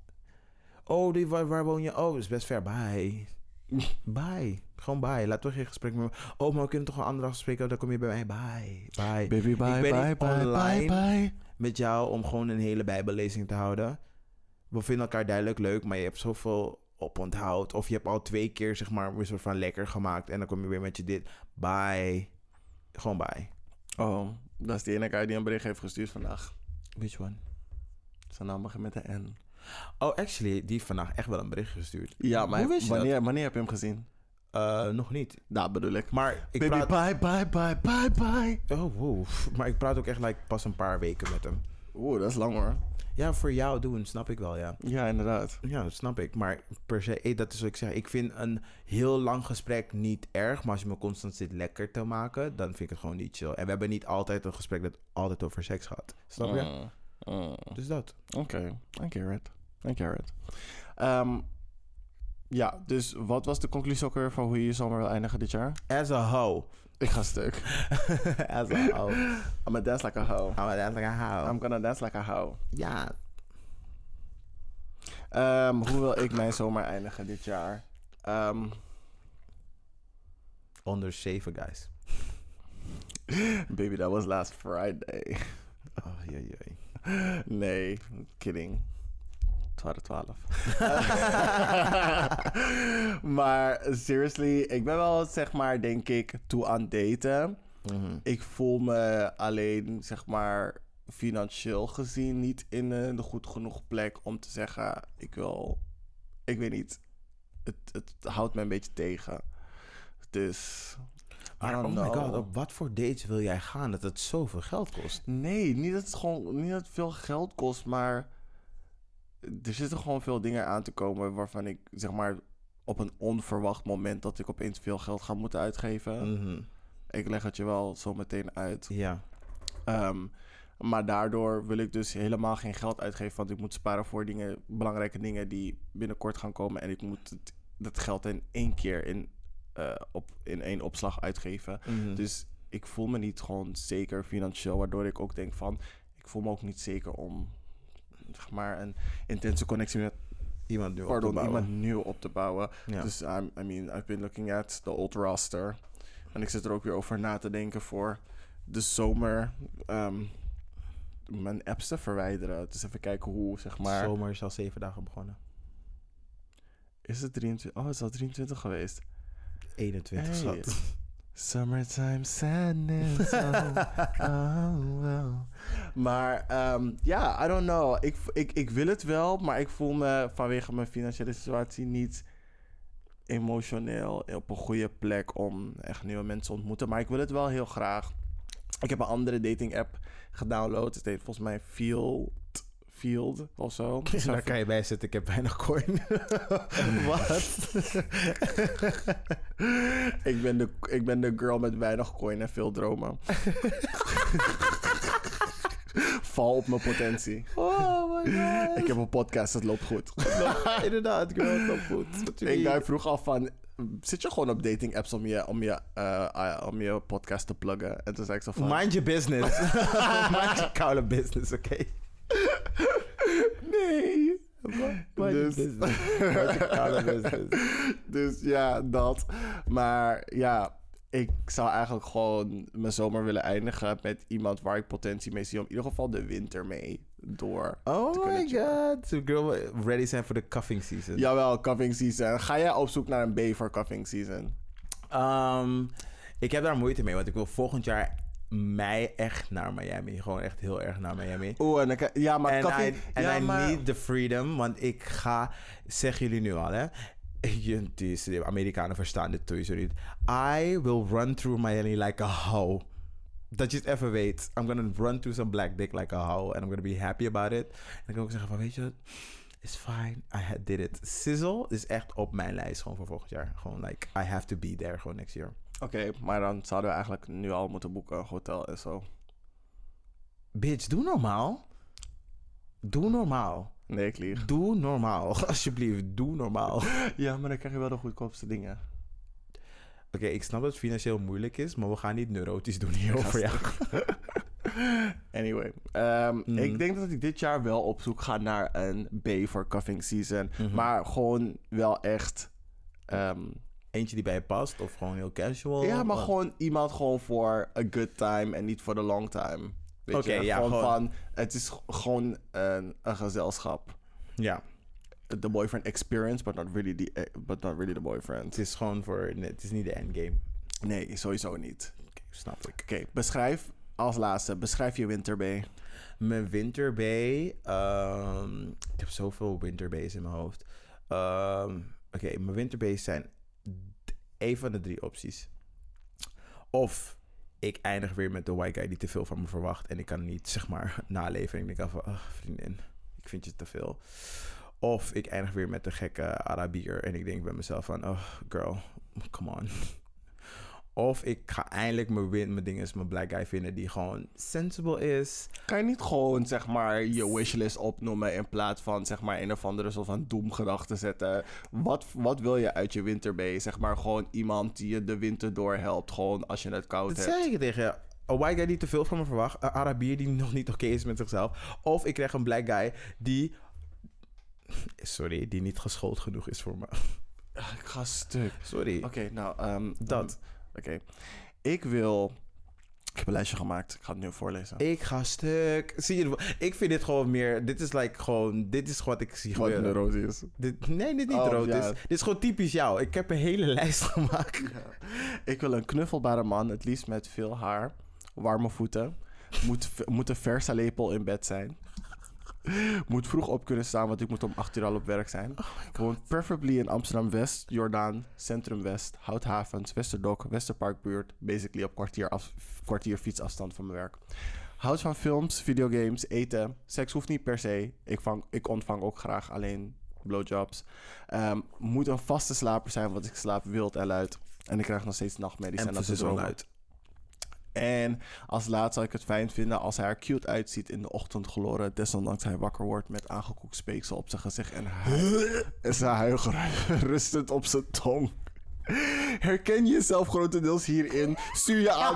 Oh, waar woon je? Oh, dat is best ver. Bye. Bye. Gewoon bye. Laten we geen gesprek meer... Oh, maar we kunnen toch een andere afspreken? Dan kom je bij mij. Bye. Bye. Baby, bye, ik ben bye, niet bye, online bye. met jou om gewoon een hele bijbellezing te houden. We vinden elkaar duidelijk leuk, maar je hebt zoveel oponthoud. Of je hebt al 2 keer, zeg maar, een soort van lekker gemaakt. En dan kom je weer met je dit. Bye. Gewoon bye. Oh, dat is die ene guy die een bericht heeft gestuurd vandaag. Which one? Zijn naam begint met de N. Oh, actually, die heeft vandaag echt wel een bericht gestuurd. Ja, maar hoe wist je dat? wanneer heb je hem gezien? Nog niet. Dat bedoel ik. Maar ik Baby, praat... bye. Oh, wow. Maar ik praat ook echt like, pas een paar weken met hem. Oeh, dat is lang hoor. Ja, voor jou doen, snap ik wel, ja. Ja, inderdaad. Ja, dat snap ik. Maar per se, dat is wat ik zeg. Ik vind een heel lang gesprek niet erg. Maar als je me constant zit lekker te maken, dan vind ik het gewoon niet chill. En we hebben niet altijd een gesprek dat altijd over seks gaat. Snap je? Dus dat. Oké, I get it. Ja, dus wat was de conclusie ook weer van hoe je je zomer wil eindigen dit jaar? As a hoe. Ik ga stuk. As a hoe. I'm gonna dance like a hoe. I'm a dance like a hoe. I'm gonna dance like a hoe. Ja. Hoe wil ik mijn zomer eindigen dit jaar? Onder 7, guys. Baby, that was last Friday. Oh, jee. Nee, kidding. 12. Maar seriously, ik ben wel, zeg maar, denk ik, toe aan daten. Mhm. Ik voel me alleen, zeg maar, financieel gezien niet in een goed genoeg plek om te zeggen, ik weet niet, het houdt me een beetje tegen. Dus, I Maar don't oh know. my god, op wat voor dates wil jij gaan dat het zoveel geld kost? Nee, niet dat het veel geld kost, maar er zitten gewoon veel dingen aan te komen waarvan ik, zeg maar, op een onverwacht moment dat ik opeens veel geld ga moeten uitgeven. Mhm. Ik leg het je wel zo meteen uit. Ja. Maar daardoor wil ik dus helemaal geen geld uitgeven, want ik moet sparen voor belangrijke dingen die binnenkort gaan komen en ik moet dat geld in één keer in één opslag uitgeven. Mhm. Dus ik voel me niet gewoon zeker financieel, waardoor ik ook denk van, ik voel me ook niet zeker om, zeg maar, een intense connectie met Iemand nu op te bouwen. Ja. Dus I've been looking at the old roster. En ik zit er ook weer over na te denken voor de zomer mijn apps te verwijderen. Dus even kijken hoe, zeg maar. De zomer is al 7 dagen begonnen. Is het 23? Oh, het is al 23 geweest. 21 zat. Summertime sadness. Oh, well. Maar I don't know. Ik wil het wel, maar ik voel me vanwege mijn financiële situatie niet emotioneel op een goede plek om echt nieuwe mensen te ontmoeten. Maar ik wil het wel heel graag. Ik heb een andere dating app gedownload. Het heet volgens mij Field of zo. En daar kan je bij zetten, ik heb weinig coin. Wat? ik ben de girl met weinig coin en veel dromen. Val op mijn potentie. Oh my god. Ik heb een podcast, het loopt goed. Inderdaad, girl, het loopt goed. Ik vroeg af van, zit je gewoon op dating apps om je podcast te pluggen? En toen zei ik zo van, Mind your business. Mind your koude business, oké? nee. Mind your business. Mind your koude business. Dus ja, dat. Maar ja, ik zou eigenlijk gewoon mijn zomer willen eindigen met iemand waar ik potentie mee zie om in ieder geval de winter mee door Oh te kunnen my chillen. god. So girl, ready zijn voor de cuffing season. Jawel, cuffing season. Ga jij op zoek naar een B voor cuffing season? Ik heb daar moeite mee, want ik wil volgend jaar echt naar Miami. Gewoon echt heel erg naar Miami. Oeh, ja, maar cuffing... I need the freedom, want ik ga... Zeggen jullie nu al, hè? De Amerikanen verstaan dit sowieso niet. I will run through Miami like a hoe. Dat je het even weet. I'm gonna run through some black dick like a hoe. And I'm gonna be happy about it. En ik kan ook zeggen van, weet je wat? It's fine. I did it. Sizzle is echt op mijn lijst gewoon voor volgend jaar. Gewoon like, I have to be there gewoon next year. Oké, maar dan zouden we eigenlijk nu al moeten boeken, een hotel en zo. Bitch, doe normaal. Doe normaal. Nee, ik lieg. Doe normaal. Alsjeblieft, doe normaal. Ja, maar dan krijg je wel de goedkoopste dingen. Oké, ik snap dat het financieel moeilijk is, maar we gaan niet neurotisch doen hierover. Ja. Anyway, ik denk dat ik dit jaar wel op zoek ga naar een B voor cuffing season. Mhm. Maar gewoon wel echt... Eentje die bij je past of gewoon heel casual? ja, maar gewoon iemand gewoon voor a good time en niet voor the long time. Oké, ja, gewoon gewoon- van... Het is gewoon een gezelschap. Ja, The boyfriend experience, but not really the boyfriend. het is gewoon voor... nee, het is niet de endgame. Nee, sowieso niet. Oké, snap ik. Oké, als laatste, beschrijf je winterbay. Mijn winterbay... ik heb zoveel winterbays in mijn hoofd. Oké, mijn winterbays zijn één van de 3 opties. Of ik eindig weer met de white guy die te veel van me verwacht en ik kan niet, zeg maar, naleven. En ik denk van, vriendin, ik vind je te veel. Of ik eindig weer met de gekke Arabier en ik denk bij mezelf van, oh, girl, come on. Of ik ga eindelijk mijn black guy vinden die gewoon sensible is. Kan je niet gewoon, zeg maar, je wishlist opnoemen in plaats van, zeg maar, een of andere soort van doemgedachte zetten? Wat wil je uit je winterbae? Zeg maar, gewoon iemand die je de winter doorhelpt, gewoon als je het koud Dat hebt. zei ik tegen je. Een white guy die te veel van me verwacht. Een Arabier die nog niet oké is met zichzelf. Of ik krijg een black guy die... Sorry, die niet geschoold genoeg is voor me. Ik ga stuk. Sorry. Oké, nou, Dat. Oké. Ik heb een lijstje gemaakt. Ik ga het nu voorlezen. Ik ga stuk. Zie je, ik vind dit gewoon meer... Dit is wat ik zie Wat gebeuren. rood is. Dit niet Oh, rood ja. is. Dit is gewoon typisch jou. Ik heb een hele lijst gemaakt. Ja. Ik wil een knuffelbare man, het liefst met veel haar, warme voeten. Moet een versa-lepel in bed zijn. Moet vroeg op kunnen staan, want ik moet om 8 uur al op werk zijn. Woont preferably in Amsterdam-West, Jordaan, Centrum-West, Houthavens, Westerdok, Westerparkbuurt. Basically op kwartier fietsafstand van mijn werk. Houdt van films, videogames, eten. Seks hoeft niet per se. Ik ontvang ook graag alleen blowjobs. Moet een vaste slaper zijn, want ik slaap wild en luid. En ik krijg nog steeds nachtmerries en dat is wel dromen. uit. En als laatste zou ik het fijn vinden als hij er cute uitziet in de ochtendgloren. Desondanks hij wakker wordt met aangekoekt speeksel op zijn gezicht en zijn huiger rustend op zijn tong. Herken je jezelf grotendeels hierin? Stuur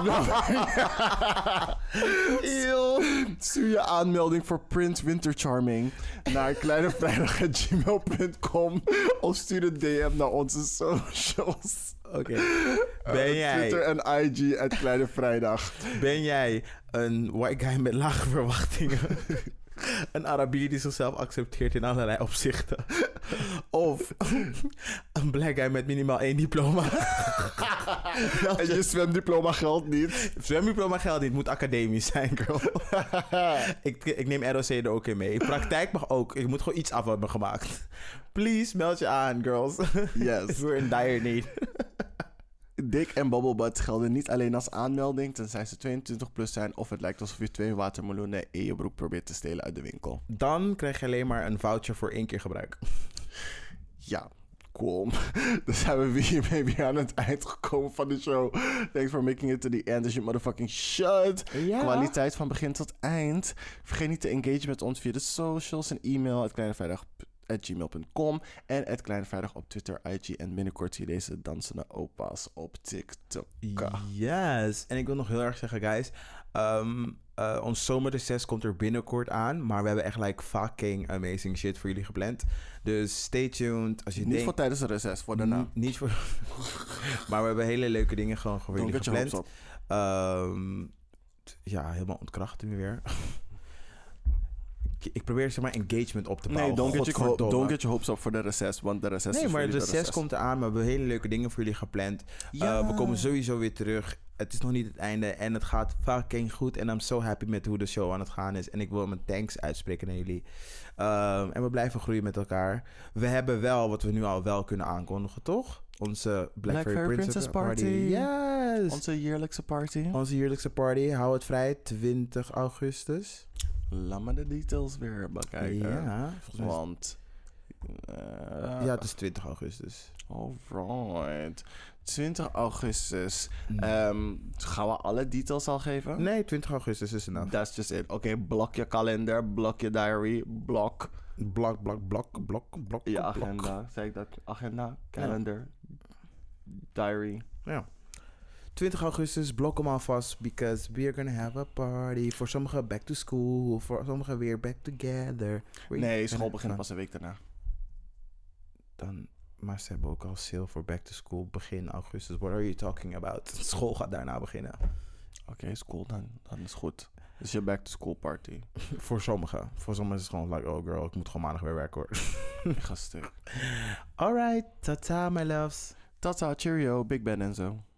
je aanmelding voor Prince Winter Charming naar kleinevrijdag@gmail.com of stuur een DM naar onze socials. Oké. Ben jij... Twitter en IG @kleinevrijdag. Ben jij een white guy met lage verwachtingen? Een Arabier die zichzelf accepteert in allerlei opzichten? Of een black guy met minimaal 1 diploma? En je zwemdiploma geldt niet. Zwemdiploma geldt niet, moet academisch zijn, girl. ik neem ROC er ook in mee. In praktijk mag ook. Ik moet gewoon iets af hebben gemaakt. Please, meld je aan, girls. Yes. We're in dire need. Dick en Bubblebutts gelden niet alleen als aanmelding, tenzij ze 22 plus zijn of het lijkt alsof je 2 watermeloenen in je broek probeert te stelen uit de winkel. Dan krijg je alleen maar een voucher voor 1 keer gebruik. Ja, cool. Dan zijn we weer aan het eind gekomen van de show. Thanks for making it to the end as you motherfucking should. Ja. Kwaliteit van begin tot eind. Vergeet niet te engage met ons via de socials en e-mail @kleinevrijdag@gmail.com en @kleinevrijdag op Twitter, IG en binnenkort zie je deze dansende opa's op TikTok. Yes. En ik wil nog heel erg zeggen, guys. Ons zomerreces komt er binnenkort aan. Maar we hebben echt like fucking amazing shit voor jullie gepland. Dus stay tuned. Als je Niet voor tijdens de reces, voor daarna. Niet voor... maar we hebben hele leuke dingen gewoon voor jullie gepland. Ja, helemaal ontkrachten nu weer. Ik probeer zeg maar engagement op te bouwen. Nee, don't get your hopes up voor de reces, want de reces Nee, is maar voor de reces komt eraan. Maar we hebben hele leuke dingen voor jullie gepland. Ja. We komen sowieso weer terug. Het is nog niet het einde en het gaat fucking goed. En I'm so happy met hoe de show aan het gaan is. En ik wil mijn thanks uitspreken naar jullie. En we blijven groeien met elkaar. We hebben wel wat we nu al wel kunnen aankondigen, toch? Onze Black Fairy Princess Party. Yes! Onze jaarlijkse party. Onze jaarlijkse party. Hou het vrij. 20 augustus. Laat me de details weer bekijken. Ja. Want... ja, het is 20 augustus. Alright. 20 augustus. Gaan we alle details al geven? Nee, 20 augustus is enough. That's just it. Oké, blok je kalender, blok je diary, blok. Blok. Je agenda. Zei ik dat? Agenda, calendar, diary. Ja. 20 augustus, blok hem alvast, because we are gonna have a party. Voor sommigen back to school, voor sommigen weer back together. Nee, school begint pas een week daarna. Maar ze hebben ook al sale voor back to school begin augustus. What are you talking about? School gaat daarna beginnen. Oké, school dan is goed. Dus je back to school party. Voor sommigen. Voor sommigen is het gewoon like, oh girl, ik moet gewoon maandag weer werken hoor. Ik ga stuk. Alright, tata my loves. Tata, cheerio, Big Ben en zo.